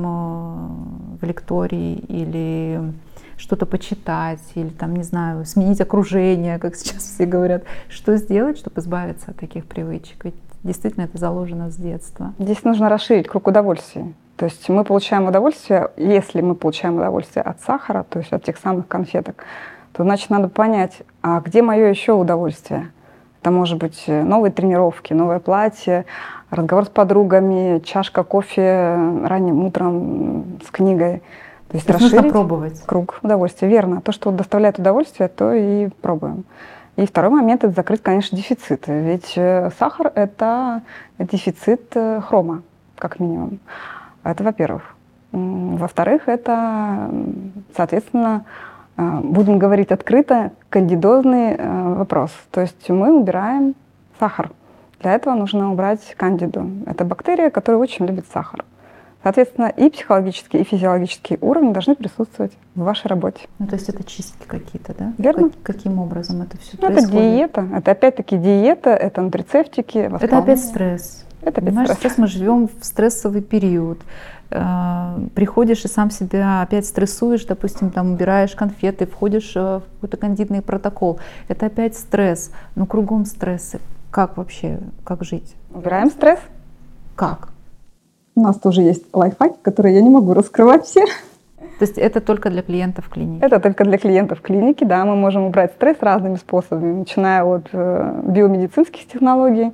вам в лектории или что-то почитать, или там, не знаю, сменить окружение, как сейчас все говорят. Что сделать, чтобы избавиться от таких привычек? Ведь действительно это заложено с детства. Здесь нужно расширить круг удовольствий. То есть мы получаем удовольствие, если мы получаем удовольствие от сахара, то есть от тех самых конфеток, то значит надо понять, а где мое еще удовольствие? Это может быть новые тренировки, новое платье, разговор с подругами, чашка кофе ранним утром с книгой. То есть расширить пробовать круг удовольствия. Верно. То, что доставляет удовольствие, то и пробуем. И второй момент — это закрыть, конечно, дефициты. Ведь сахар — это дефицит хрома, как минимум. Это во-первых. Во-вторых, это, соответственно, будем говорить открыто, кандидозный вопрос. То есть мы убираем сахар. Для этого нужно убрать кандиду. Это бактерия, которая очень любит сахар. Соответственно, и психологические, и физиологические уровни должны присутствовать в вашей работе. Ну, то есть это чистки какие-то, да? Верно. Каким образом это все происходит? Это диета. Это опять-таки диета, это нутрицептики. Это опять стресс. Это опять понимаешь, стресс. сейчас мы живем в стрессовый период. Приходишь и сам себя опять стрессуешь, допустим, там убираешь конфеты, входишь в какой-то кандидный протокол. Это опять стресс. Ну, кругом стрессы. Как вообще, как жить? Убираем стресс. Как? У нас тоже есть лайфхаки, которые я не могу раскрывать все. То есть это только для клиентов клиники? Это только для клиентов клиники, да. Мы можем убрать стресс разными способами, начиная от биомедицинских технологий.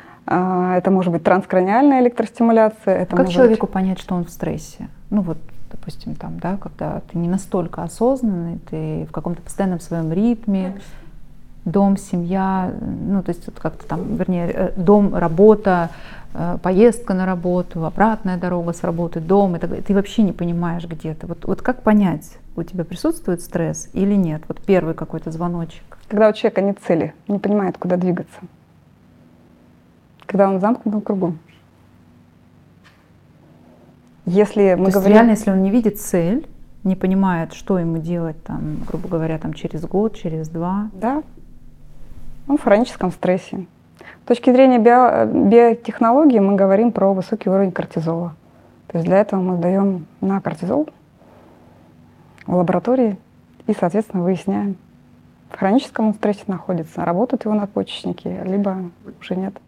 Это может быть транскраниальная электростимуляция. Это как человеку понять, что он в стрессе? Ну вот, допустим, там, да, когда ты не настолько осознанный, ты в каком-то постоянном своем ритме, дом, семья, ну то есть вот как-то там, вернее, дом, работа, поездка на работу, обратная дорога с работы, дом, и так далее. Ты вообще не понимаешь, где ты. Вот как понять, у тебя присутствует стресс или нет? Вот первый какой-то звоночек. Когда у человека нет цели, не понимает, куда двигаться. Когда он в замкнутом кругу. Если мы говорим... реально, если он не видит цель, не понимает, что ему делать, там, грубо говоря, там, через год, через два. Да, он в хроническом стрессе. С точки зрения биотехнологии мы говорим про высокий уровень кортизола. То есть для этого мы даем на кортизол в лаборатории и, соответственно, выясняем, в хроническом стрессе находится, работают его надпочечники, либо уже нет.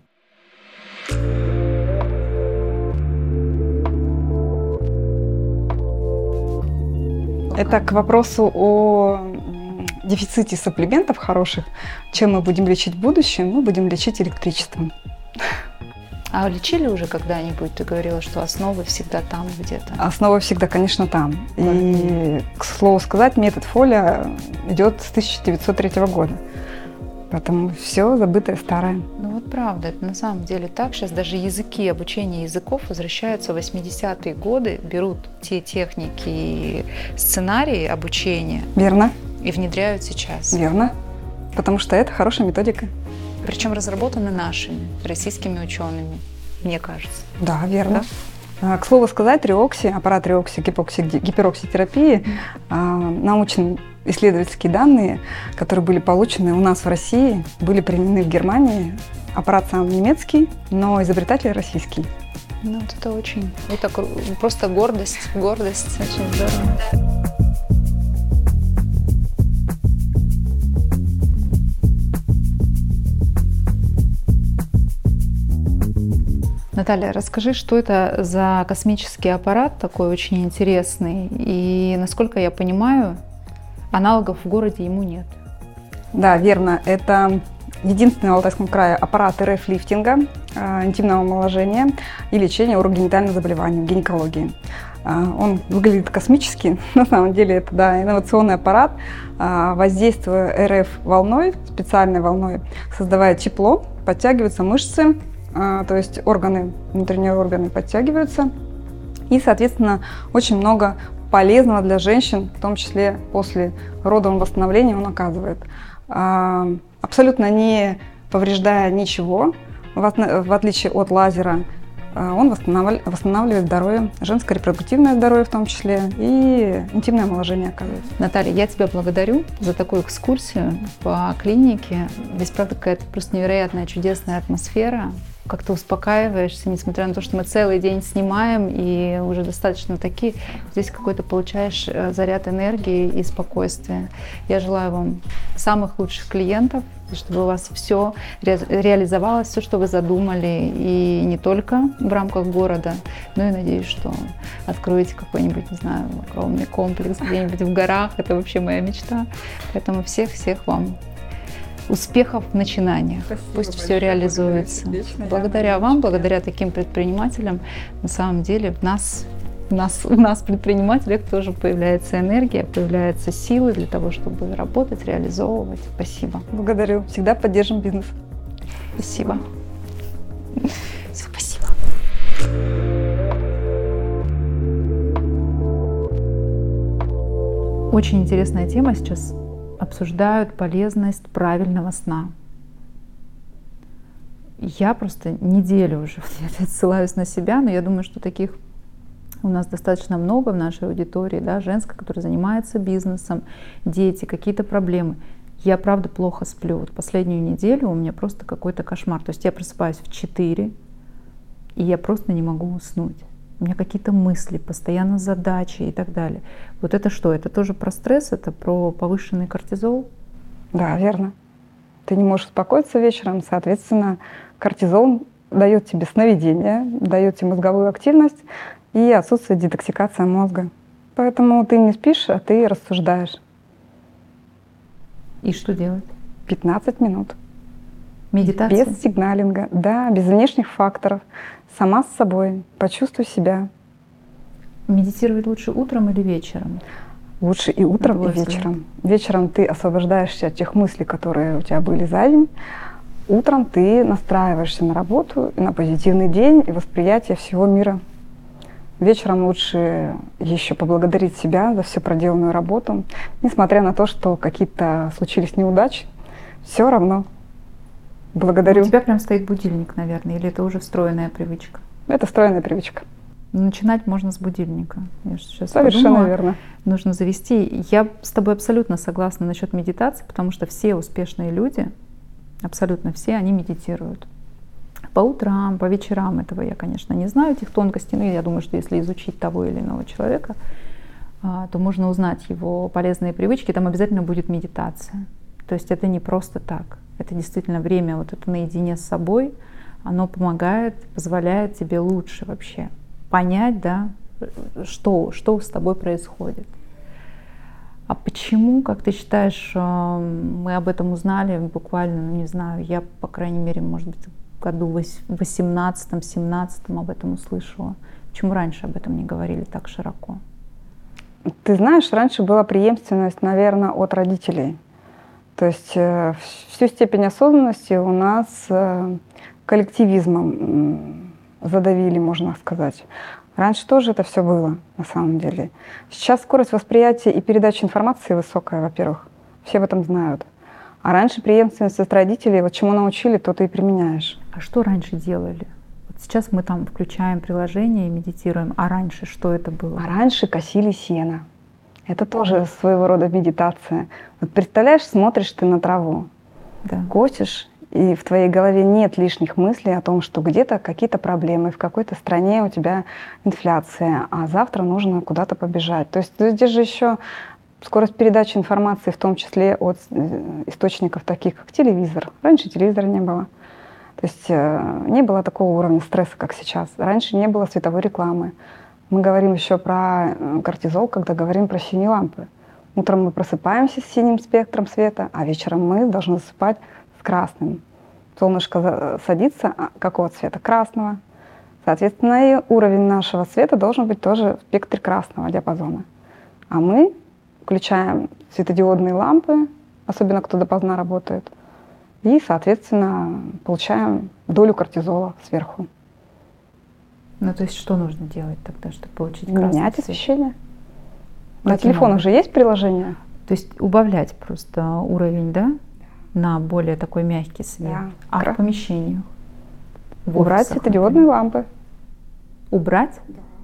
Это к вопросу о дефиците сапплементов хороших. Чем мы будем лечить в будущем? Мы будем лечить электричеством. А лечили уже когда-нибудь? Ты говорила, что основы всегда там где-то. Основа всегда, конечно, там. И, к слову сказать, метод Фоля идет с 1903 года. Поэтому все забытое старое. Ну вот правда, это на самом деле так. Сейчас даже языки, обучение языков возвращаются в 80-е годы, берут те техники и сценарии обучения. Верно. И внедряют сейчас. Верно. Потому что это хорошая методика. Причем разработаны нашими, российскими учеными, мне кажется. Да, верно. Да? К слову сказать, аппарат гиперокситерапии, научные исследовательские данные, которые были получены у нас в России, были применены в Германии. Аппарат сам немецкий, но изобретатель российский. Ну, вот это очень, это просто гордость, очень здорово. Наталья, расскажи, что это за космический аппарат такой очень интересный, и, насколько я понимаю, аналогов в городе ему нет. Да, верно. Это единственный в Алтайском крае аппарат РФ-лифтинга, интимного омоложения и лечения урогенитальных заболеваний в гинекологии. Он выглядит космически, на самом деле это, да, инновационный аппарат, воздействуя РФ-волной, специальной волной, создавая тепло, подтягиваются мышцы, то есть органы, внутренние органы подтягиваются, и, соответственно, очень много полезного для женщин, в том числе после родового восстановления он оказывает. Абсолютно не повреждая ничего, в отличие от лазера, он восстанавливает здоровье, женское репродуктивное здоровье в том числе, и интимное омоложение оказывает. Наталья, я тебя благодарю за такую экскурсию по клинике. Здесь, правда, какая-то просто невероятная, чудесная атмосфера. Как ты успокаиваешься, несмотря на то, что мы целый день снимаем и уже достаточно такие, здесь какой-то получаешь заряд энергии и спокойствия. Я желаю вам самых лучших клиентов, чтобы у вас все реализовалось, все, что вы задумали, и не только в рамках города, но и надеюсь, что откроете какой-нибудь, не знаю, огромный комплекс где-нибудь в горах. Это вообще моя мечта. Поэтому всех вам успехов в начинаниях. Спасибо. Пусть все реализуется. Благодаря вам, благодаря таким предпринимателям, на самом деле у нас, предпринимателях, тоже появляется энергия, появляются силы для того, чтобы работать, реализовывать. Спасибо. Благодарю. Всегда поддержим бизнес. Спасибо. Спасибо. Очень интересная тема сейчас. Обсуждают полезность правильного сна. Я просто неделю уже, я ссылаюсь на себя, но я думаю, что таких у нас достаточно много в нашей аудитории, да, женской, которая занимается бизнесом, дети, какие-то проблемы. Я, правда, плохо сплю. Вот последнюю неделю у меня просто какой-то кошмар. То есть я просыпаюсь в 4, и я просто не могу уснуть. У меня какие-то мысли, постоянно задачи и так далее. Вот это что? Это тоже про стресс? Это про повышенный кортизол? Да, верно. Ты не можешь успокоиться вечером, соответственно, кортизол дает тебе сновидение, дает тебе мозговую активность и отсутствует детоксикация мозга. Поэтому ты не спишь, а ты рассуждаешь. И что делать? 15 минут. Медитация? Без сигналинга, да, без внешних факторов. Сама с собой. Почувствуй себя. Медитировать лучше утром или вечером? Лучше и утром, и вечером. Вечером ты освобождаешься от тех мыслей, которые у тебя были за день. Утром ты настраиваешься на работу, на позитивный день и восприятие всего мира. Вечером лучше еще поблагодарить себя за всю проделанную работу. Несмотря на то, что какие-то случились неудачи, все равно благодарю. У тебя прям стоит будильник, наверное, или это уже встроенная привычка? Это встроенная привычка. Начинать можно с будильника. Я сейчас Совершенно подумала, верно. нужно завести. Я с тобой абсолютно согласна насчет медитации, потому что все успешные люди, абсолютно все, они медитируют. По утрам, по вечерам. Этого я, конечно, не знаю, этих тонкостей, но я думаю, что если изучить того или иного человека, то можно узнать его полезные привычки, там обязательно будет медитация. То есть это не просто так. Это действительно время вот это наедине с собой, оно помогает, позволяет тебе лучше вообще понять, да, что с тобой происходит. А почему, как ты считаешь, мы об этом узнали буквально, ну не знаю, я, по крайней мере, может быть, в году 18-17 об этом услышала. Почему раньше об этом не говорили так широко? Ты знаешь, раньше была преемственность, наверное, от родителей. То есть всю степень осознанности у нас коллективизмом задавили, можно сказать. Раньше тоже это все было, на самом деле. Сейчас скорость восприятия и передачи информации высокая, во-первых. Все об этом знают. А раньше преемственность от родителей, вот чему научили, то ты и применяешь. А что раньше делали? Вот сейчас мы там включаем приложение и медитируем. А раньше что это было? А раньше косили сено. Это тоже своего рода медитация. Вот представляешь, смотришь ты на траву, Да. косишь, и в твоей голове нет лишних мыслей о том, что где-то какие-то проблемы, в какой-то стране у тебя инфляция, а завтра нужно куда-то побежать. То есть здесь же еще скорость передачи информации, в том числе от источников таких, как телевизор. Раньше телевизора не было. То есть не было такого уровня стресса, как сейчас. Раньше не было световой рекламы. Мы говорим еще про кортизол, когда говорим про синие лампы. Утром мы просыпаемся с синим спектром света, а вечером мы должны засыпать с красным. Солнышко садится какого цвета? Красного. Соответственно, и уровень нашего света должен быть тоже в спектре красного диапазона. А мы включаем светодиодные лампы, особенно кто допоздна работает, и, соответственно, получаем долю кортизола сверху. Ну, то есть что нужно делать тогда, чтобы получить красный Менять цвет? освещение. На телефонах же есть приложение? То есть убавлять просто уровень, да, на более такой мягкий свет. Да. А в помещениях? Убрать светодиодные лампы. Убрать?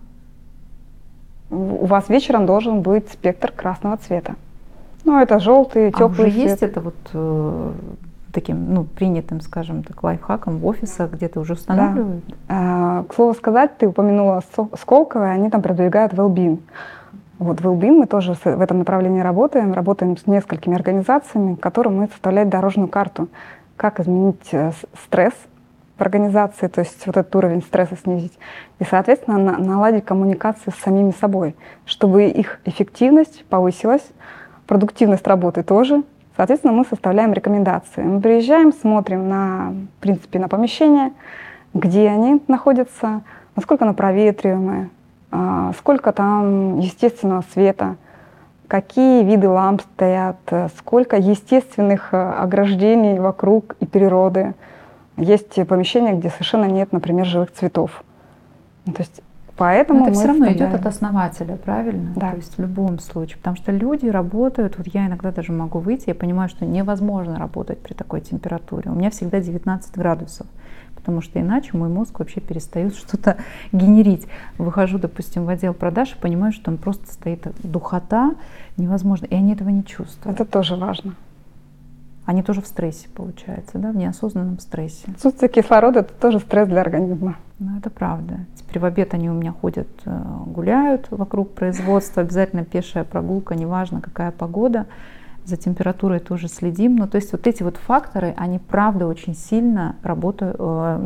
У вас вечером должен быть спектр красного цвета. Ну, это желтый, теплый уже цвет. есть это вот таким, принятым, скажем так, лайфхаком в офисах, где-то уже устанавливают? Да. К слову сказать, ты упомянула Сколково, они там продвигают well-being. Вот well-being мы тоже в этом направлении работаем с несколькими организациями, которым мы составляем дорожную карту, как изменить стресс в организации, то есть вот этот уровень стресса снизить, и, соответственно, наладить коммуникацию с самими собой, чтобы их эффективность повысилась, продуктивность работы тоже. Соответственно, мы составляем рекомендации. Мы приезжаем, смотрим в принципе, на помещения, где они находятся, насколько оно проветриваемое, сколько там естественного света, какие виды ламп стоят, сколько естественных ограждений вокруг и природы. Есть помещения, где совершенно нет, например, живых цветов. То есть поэтому это мы все равно вставляем. идет от основателя, правильно? Да. То есть в любом случае. Потому что люди работают, вот я иногда даже могу выйти, я понимаю, что невозможно работать при такой температуре. У меня всегда 19 градусов, потому что иначе мой мозг вообще перестает что-то генерить. Выхожу, допустим, в отдел продаж и понимаю, что там просто стоит духота, невозможно, и они этого не чувствуют. Это тоже важно. Они тоже в стрессе, получается, да, в неосознанном стрессе. Отсутствие кислорода — это тоже стресс для организма. Ну, это правда. Теперь в обед они у меня ходят, гуляют вокруг производства, обязательно пешая прогулка, неважно какая погода, за температурой тоже следим. Ну, то есть вот эти вот факторы, они правда очень сильно работают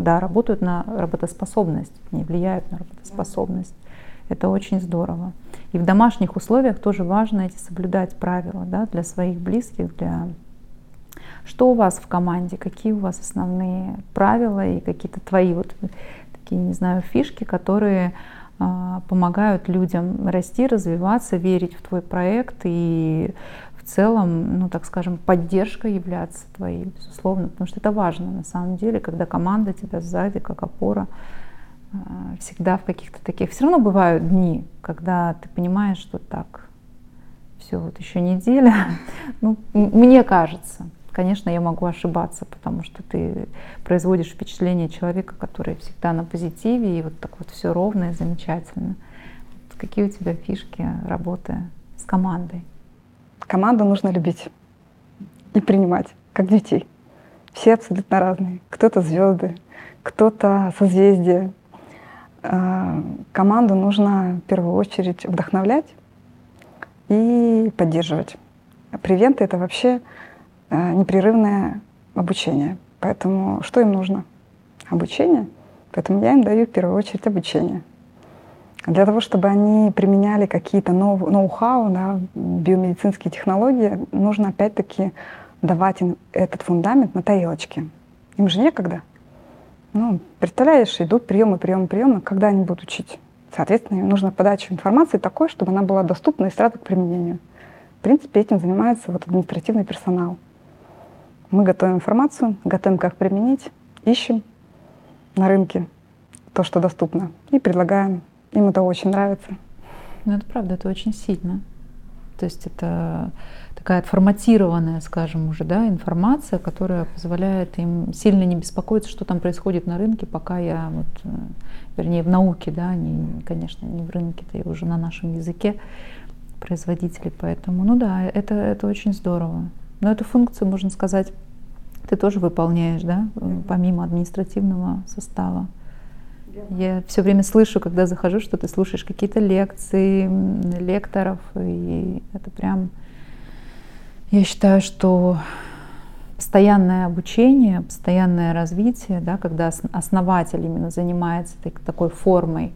на работоспособность, не влияют на работоспособность. Это очень здорово. И в домашних условиях тоже важно эти соблюдать правила, да, для своих близких, Что у вас в команде, какие у вас основные правила и какие-то твои вот такие, не знаю, фишки, которые помогают людям расти, развиваться, верить в твой проект и в целом, так скажем, поддержкой являться твоей, безусловно, потому что это важно на самом деле, когда команда тебя сзади, как опора, всегда в каких-то таких... Все равно бывают дни, когда ты понимаешь, что так, все, вот еще неделя, мне кажется. Конечно, я могу ошибаться, потому что ты производишь впечатление человека, который всегда на позитиве, и вот так вот все ровно и замечательно. Вот какие у тебя фишки работы с командой? Команду нужно любить и принимать, как детей. Все абсолютно разные. Кто-то звезды, кто-то созвездия. Команду нужно в первую очередь вдохновлять и поддерживать. Привенты — это вообще непрерывное обучение. Поэтому что им нужно? Обучение. Поэтому я им даю в первую очередь обучение. Для того, чтобы они применяли какие-то ноу-хау, биомедицинские технологии, нужно опять-таки давать им этот фундамент на тарелочке. Им же некогда. Представляешь, идут приемы, когда они будут учить? Соответственно, им нужна подача информации такой, чтобы она была доступна и сразу к применению. В принципе, этим занимается административный персонал. Мы готовим информацию, готовим, как применить, ищем на рынке то, что доступно, и предлагаем. Им это очень нравится. Это правда, это очень сильно. То есть это такая отформатированная, скажем, уже, информация, которая позволяет им сильно не беспокоиться, что там происходит на рынке, пока я, вернее, в науке, конечно, не в рынке-то, я уже на нашем языке производителей, поэтому, это очень здорово. Но эту функцию, можно сказать, ты тоже выполняешь, помимо административного состава. Я все время слышу, когда захожу, что ты слушаешь какие-то лекции лекторов, и это прям, я считаю, что постоянное обучение, постоянное развитие, да, когда основатель именно занимается такой формой,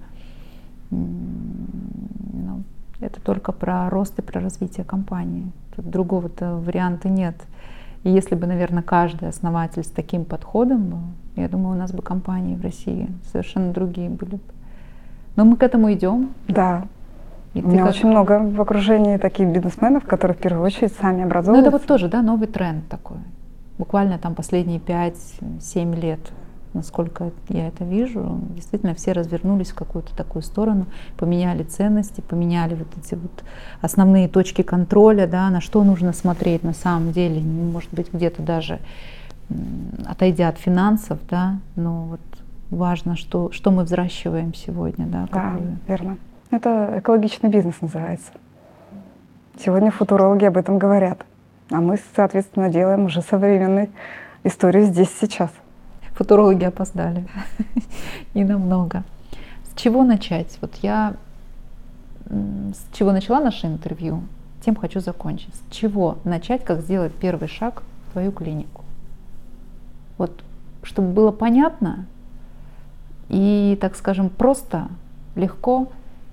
ну, это только про рост и про развитие компании. Тут другого-то варианта нет. И если бы, наверное, каждый основатель с таким подходом был, я думаю, у нас бы компании в России совершенно другие были бы. Но мы к этому идем. Да. У меня очень много в окружении таких бизнесменов, которые в первую очередь сами образовываются. Ну это вот тоже, да, новый тренд такой. Буквально там последние 5-7 лет, насколько я это вижу, действительно все развернулись в какую-то такую сторону, поменяли ценности, поменяли вот эти вот основные точки контроля, да, на что нужно смотреть на самом деле, может быть, где-то даже отойдя от финансов, да, но вот важно, что мы взращиваем сегодня, да. Да, верно. Это экологичный бизнес называется. Сегодня футурологи об этом говорят, а мы, соответственно, делаем уже современную историю здесь, сейчас. Футурологи опоздали. И намного. С чего начать? Вот я с чего начала наше интервью, тем хочу закончить. С чего начать, как сделать первый шаг в твою клинику? Вот, чтобы было понятно и, так скажем, просто, легко,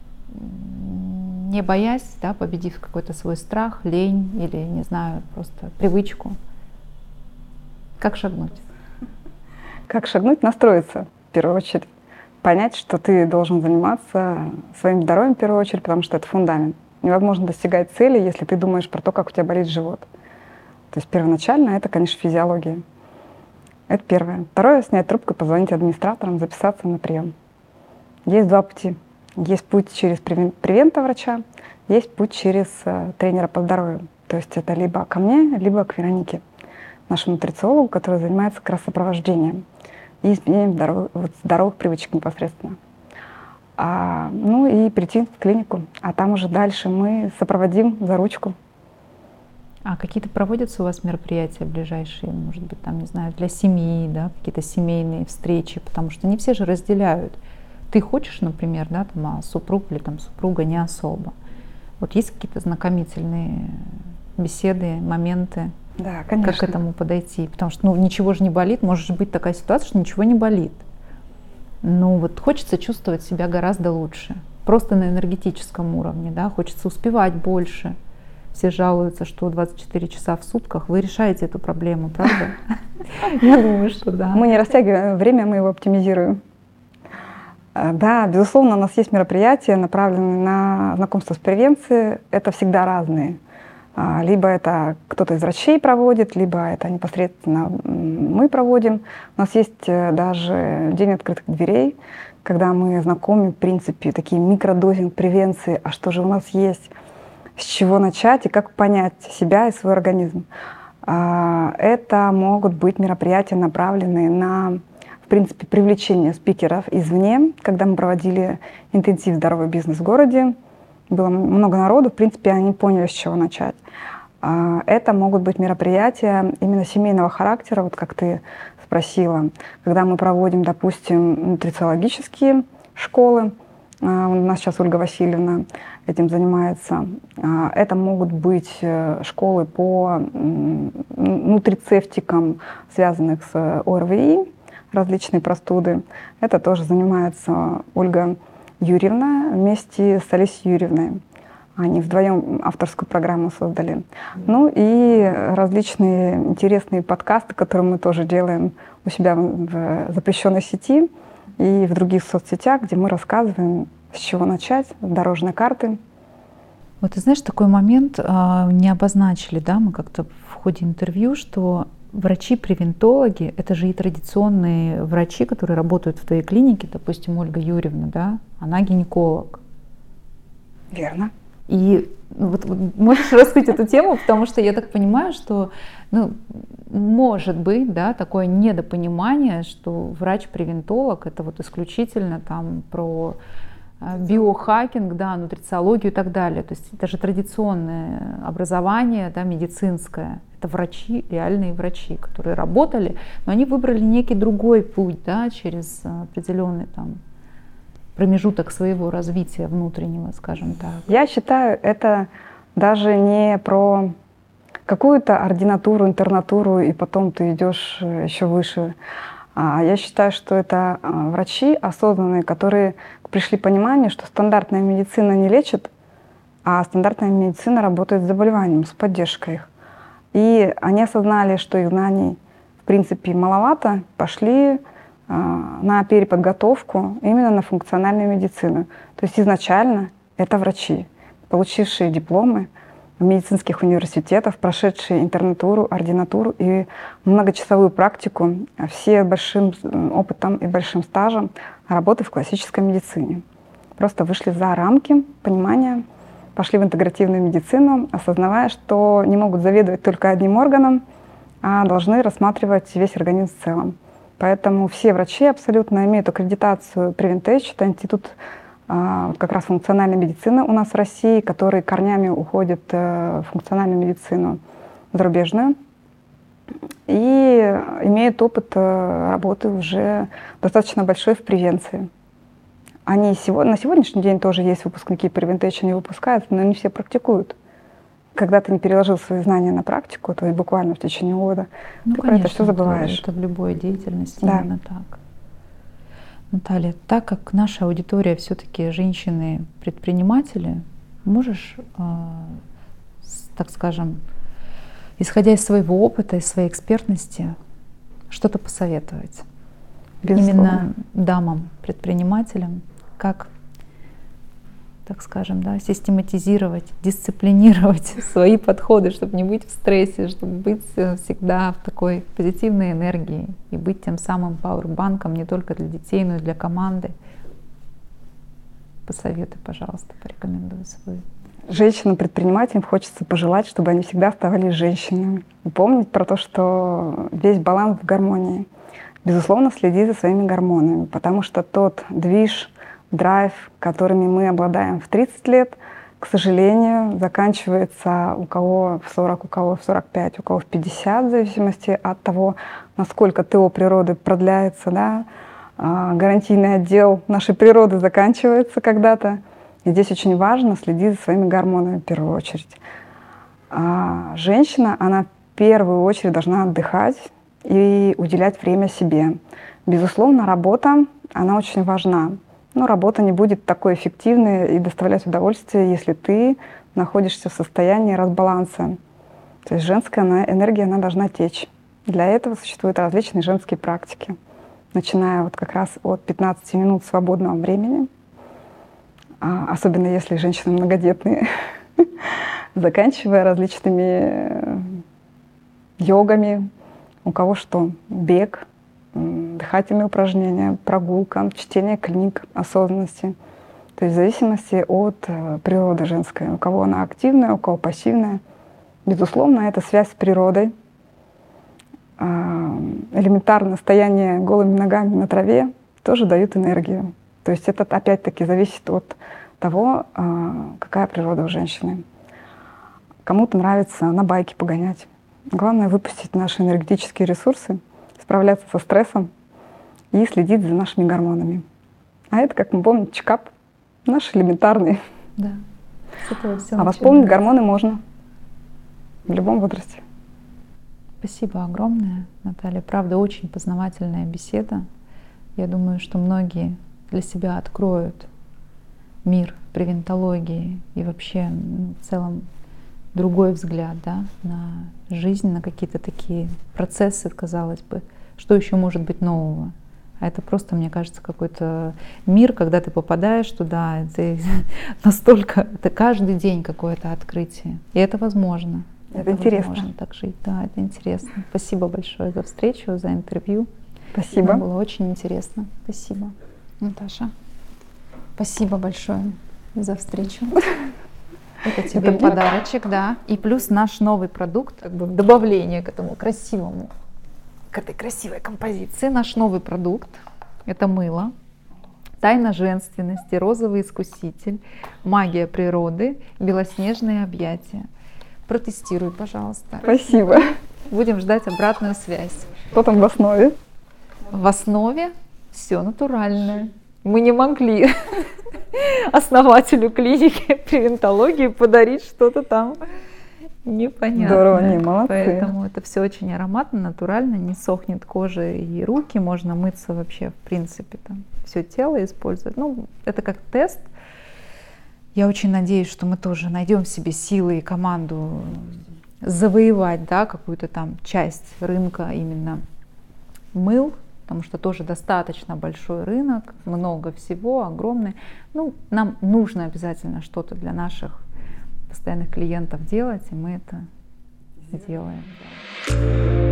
не боясь, да, победив какой-то свой страх, лень или, не знаю, просто привычку. Как шагнуть? Как шагнуть? Настроиться, в первую очередь. Понять, что ты должен заниматься своим здоровьем, в первую очередь, потому что это фундамент. Невозможно достигать цели, если ты думаешь про то, как у тебя болит живот. То есть первоначально это, конечно, физиология. Это первое. Второе — снять трубку, позвонить администраторам, записаться на прием. Есть два пути. Есть путь через превента врача, есть путь через тренера по здоровью. То есть это либо ко мне, либо к Веронике, нашему нутрициологу, который занимается как раз сопровождением и изменением здоровых привычек непосредственно. Ну и прийти в клинику, а там уже дальше мы сопроводим за ручку. А какие-то проводятся у вас мероприятия ближайшие, может быть, там, не знаю, для семьи, да, какие-то семейные встречи, потому что не все же разделяют. Ты хочешь, например, да, там, а супруг или там супруга не особо. Вот есть какие-то знакомительные беседы, моменты, да, конечно, как к этому подойти? Потому что, ну, ничего же не болит, может быть такая ситуация, что ничего не болит. Но вот хочется чувствовать себя гораздо лучше, просто на энергетическом уровне, да, хочется успевать больше. Все жалуются, что 24 часа в сутках. Вы решаете эту проблему, правда? Я думаю, что да. Мы не растягиваем время, мы его оптимизируем. Да, безусловно, у нас есть мероприятия, направленные на знакомство с превенцией. Это всегда разные. Либо это кто-то из врачей проводит, либо это непосредственно мы проводим. У нас есть даже день открытых дверей, когда мы знакомим, в принципе, такие микродозинг превенции, а что же у нас есть, с чего начать и как понять себя и свой организм. Это могут быть мероприятия, направленные на, в принципе, привлечение спикеров извне. Когда мы проводили интенсив «Здоровый бизнес» в городе, было много народу, в принципе, они поняли, с чего начать. Это могут быть мероприятия именно семейного характера, вот как ты спросила, когда мы проводим, допустим, нутрициологические школы. У нас сейчас Ольга Васильевна этим занимается. Это могут быть школы по нутрицептикам, связанных с ОРВИ, различные простуды. Это тоже занимается Ольга Юрьевна вместе с Олесей Юрьевной. Они вдвоем авторскую программу создали. Ну и различные интересные подкасты, которые мы тоже делаем у себя в запрещенной сети и в других соцсетях, где мы рассказываем, с чего начать, дорожные карты. Вот ты знаешь, такой момент не обозначили, да, мы как-то в ходе интервью, что врачи-превентологи — это же и традиционные врачи, которые работают в твоей клинике, допустим, Ольга Юрьевна, да, она гинеколог. Верно. И вот можешь раскрыть эту тему, потому что я так понимаю, что, ну, может быть, да, такое недопонимание, что врач-превентолог — это вот исключительно там про биохакинг, да, нутрициологию и так далее. То есть это же традиционное образование, да, медицинское. Это врачи, реальные врачи, которые работали, но они выбрали некий другой путь, да, через определенный там промежуток своего развития внутреннего, скажем так. Я считаю, это даже не про какую-то ординатуру, интернатуру, и потом ты идешь еще выше. Я считаю, что это врачи осознанные, которые пришли к пониманию, что стандартная медицина не лечит, а стандартная медицина работает с заболеванием, с поддержкой их. И они осознали, что их знаний в принципе маловато, пошли на переподготовку именно на функциональную медицину. То есть изначально это врачи, получившие дипломы в медицинских университетах, прошедшие интернатуру, ординатуру и многочасовую практику, все с большим опытом и большим стажем работы в классической медицине. Просто вышли за рамки понимания, пошли в интегративную медицину, осознавая, что не могут заведовать только одним органом, а должны рассматривать весь организм в целом. Поэтому все врачи абсолютно имеют аккредитацию Preventech, это институт как раз функциональной медицины у нас в России, который корнями уходит в функциональную медицину зарубежную и имеет опыт работы уже достаточно большой в превенции. Они на сегодняшний день тоже есть выпускники Preventech, они выпускают, но не все практикуют. Когда ты не переложил свои знания на практику, то есть буквально в течение года, ты конечно, про это все забываешь. Это в любой деятельности Да. именно так. Наталья, так как наша аудитория все-таки женщины-предприниматели, можешь, так скажем, исходя из своего опыта, из своей экспертности, что-то посоветовать? Безусловно. Именно дамам-предпринимателям, как, так скажем, да, систематизировать, дисциплинировать свои подходы, чтобы не быть в стрессе, чтобы быть всегда в такой позитивной энергии и быть тем самым пауэрбанком не только для детей, но и для команды. Посоветуй, пожалуйста, порекомендуй свой. Женщинам-предпринимателям хочется пожелать, чтобы они всегда оставались женщинами. И помнить про то, что весь баланс в гармонии. Безусловно, следи за своими гормонами, потому что тот движ, драйв, которыми мы обладаем в 30 лет, к сожалению, заканчивается у кого в 40, у кого в 45, у кого в 50, в зависимости от того, насколько ТО природы продляется, да? Гарантийный отдел нашей природы заканчивается когда-то. И здесь очень важно следить за своими гормонами в первую очередь. Женщина, она в первую очередь должна отдыхать и уделять время себе. Безусловно, работа, она очень важна. Но работа не будет такой эффективной и доставлять удовольствие, если ты находишься в состоянии разбаланса. То есть женская энергия, она должна течь. Для этого существуют различные женские практики, начиная вот как раз от 15 минут свободного времени, особенно если женщины многодетные, заканчивая различными йогами, у кого что, бег, дыхательные упражнения, прогулка, чтение книг осознанности. То есть в зависимости от природы женской. У кого она активная, у кого пассивная. Безусловно, это связь с природой. Элементарное стояние голыми ногами на траве тоже дают энергию. То есть это опять-таки зависит от того, какая природа у женщины. Кому-то нравится на байке погонять. Главное выпустить наши энергетические ресурсы, справляться со стрессом и следить за нашими гормонами. А это, как мы помним, чекап наш элементарный. Да. А восполнить гормоны можно в любом возрасте. Спасибо огромное, Наталья. Правда, очень познавательная беседа. Я думаю, что многие для себя откроют мир превентологии и вообще в целом другой взгляд, да, на жизнь, на какие-то такие процессы, казалось бы. Что еще может быть нового? А это просто, мне кажется, какой-то мир, когда ты попадаешь туда, ты настолько, это каждый день какое-то открытие. И это возможно. Это интересно. Возможно так жить. Да, это интересно. Спасибо большое за встречу, за интервью. Спасибо. Было очень интересно. Спасибо, Наташа. Спасибо большое за встречу. Это тебе подарочек, да. И плюс наш новый продукт, как бы в добавление к этому красивому, к этой красивой композиции. Наш новый продукт — это мыло. Тайна женственности, розовый искуситель, магия природы, белоснежные объятия. Протестируй, пожалуйста. Спасибо. Будем ждать обратную связь. Что там в основе? В основе все натуральное. Мы не могли основателю клиники превентологии подарить что-то там непонятное. Здорово, не, молодцы. Поэтому это все очень ароматно, натурально, не сохнет кожа и руки, можно мыться вообще, в принципе, там все тело использовать. Ну, это как тест. Я очень надеюсь, что мы тоже найдем в себе силы и команду завоевать, да, какую-то там часть рынка именно мыл, потому что тоже достаточно большой рынок, много всего, огромный. Ну, нам нужно обязательно что-то для наших постоянных клиентов делать, и мы это делаем.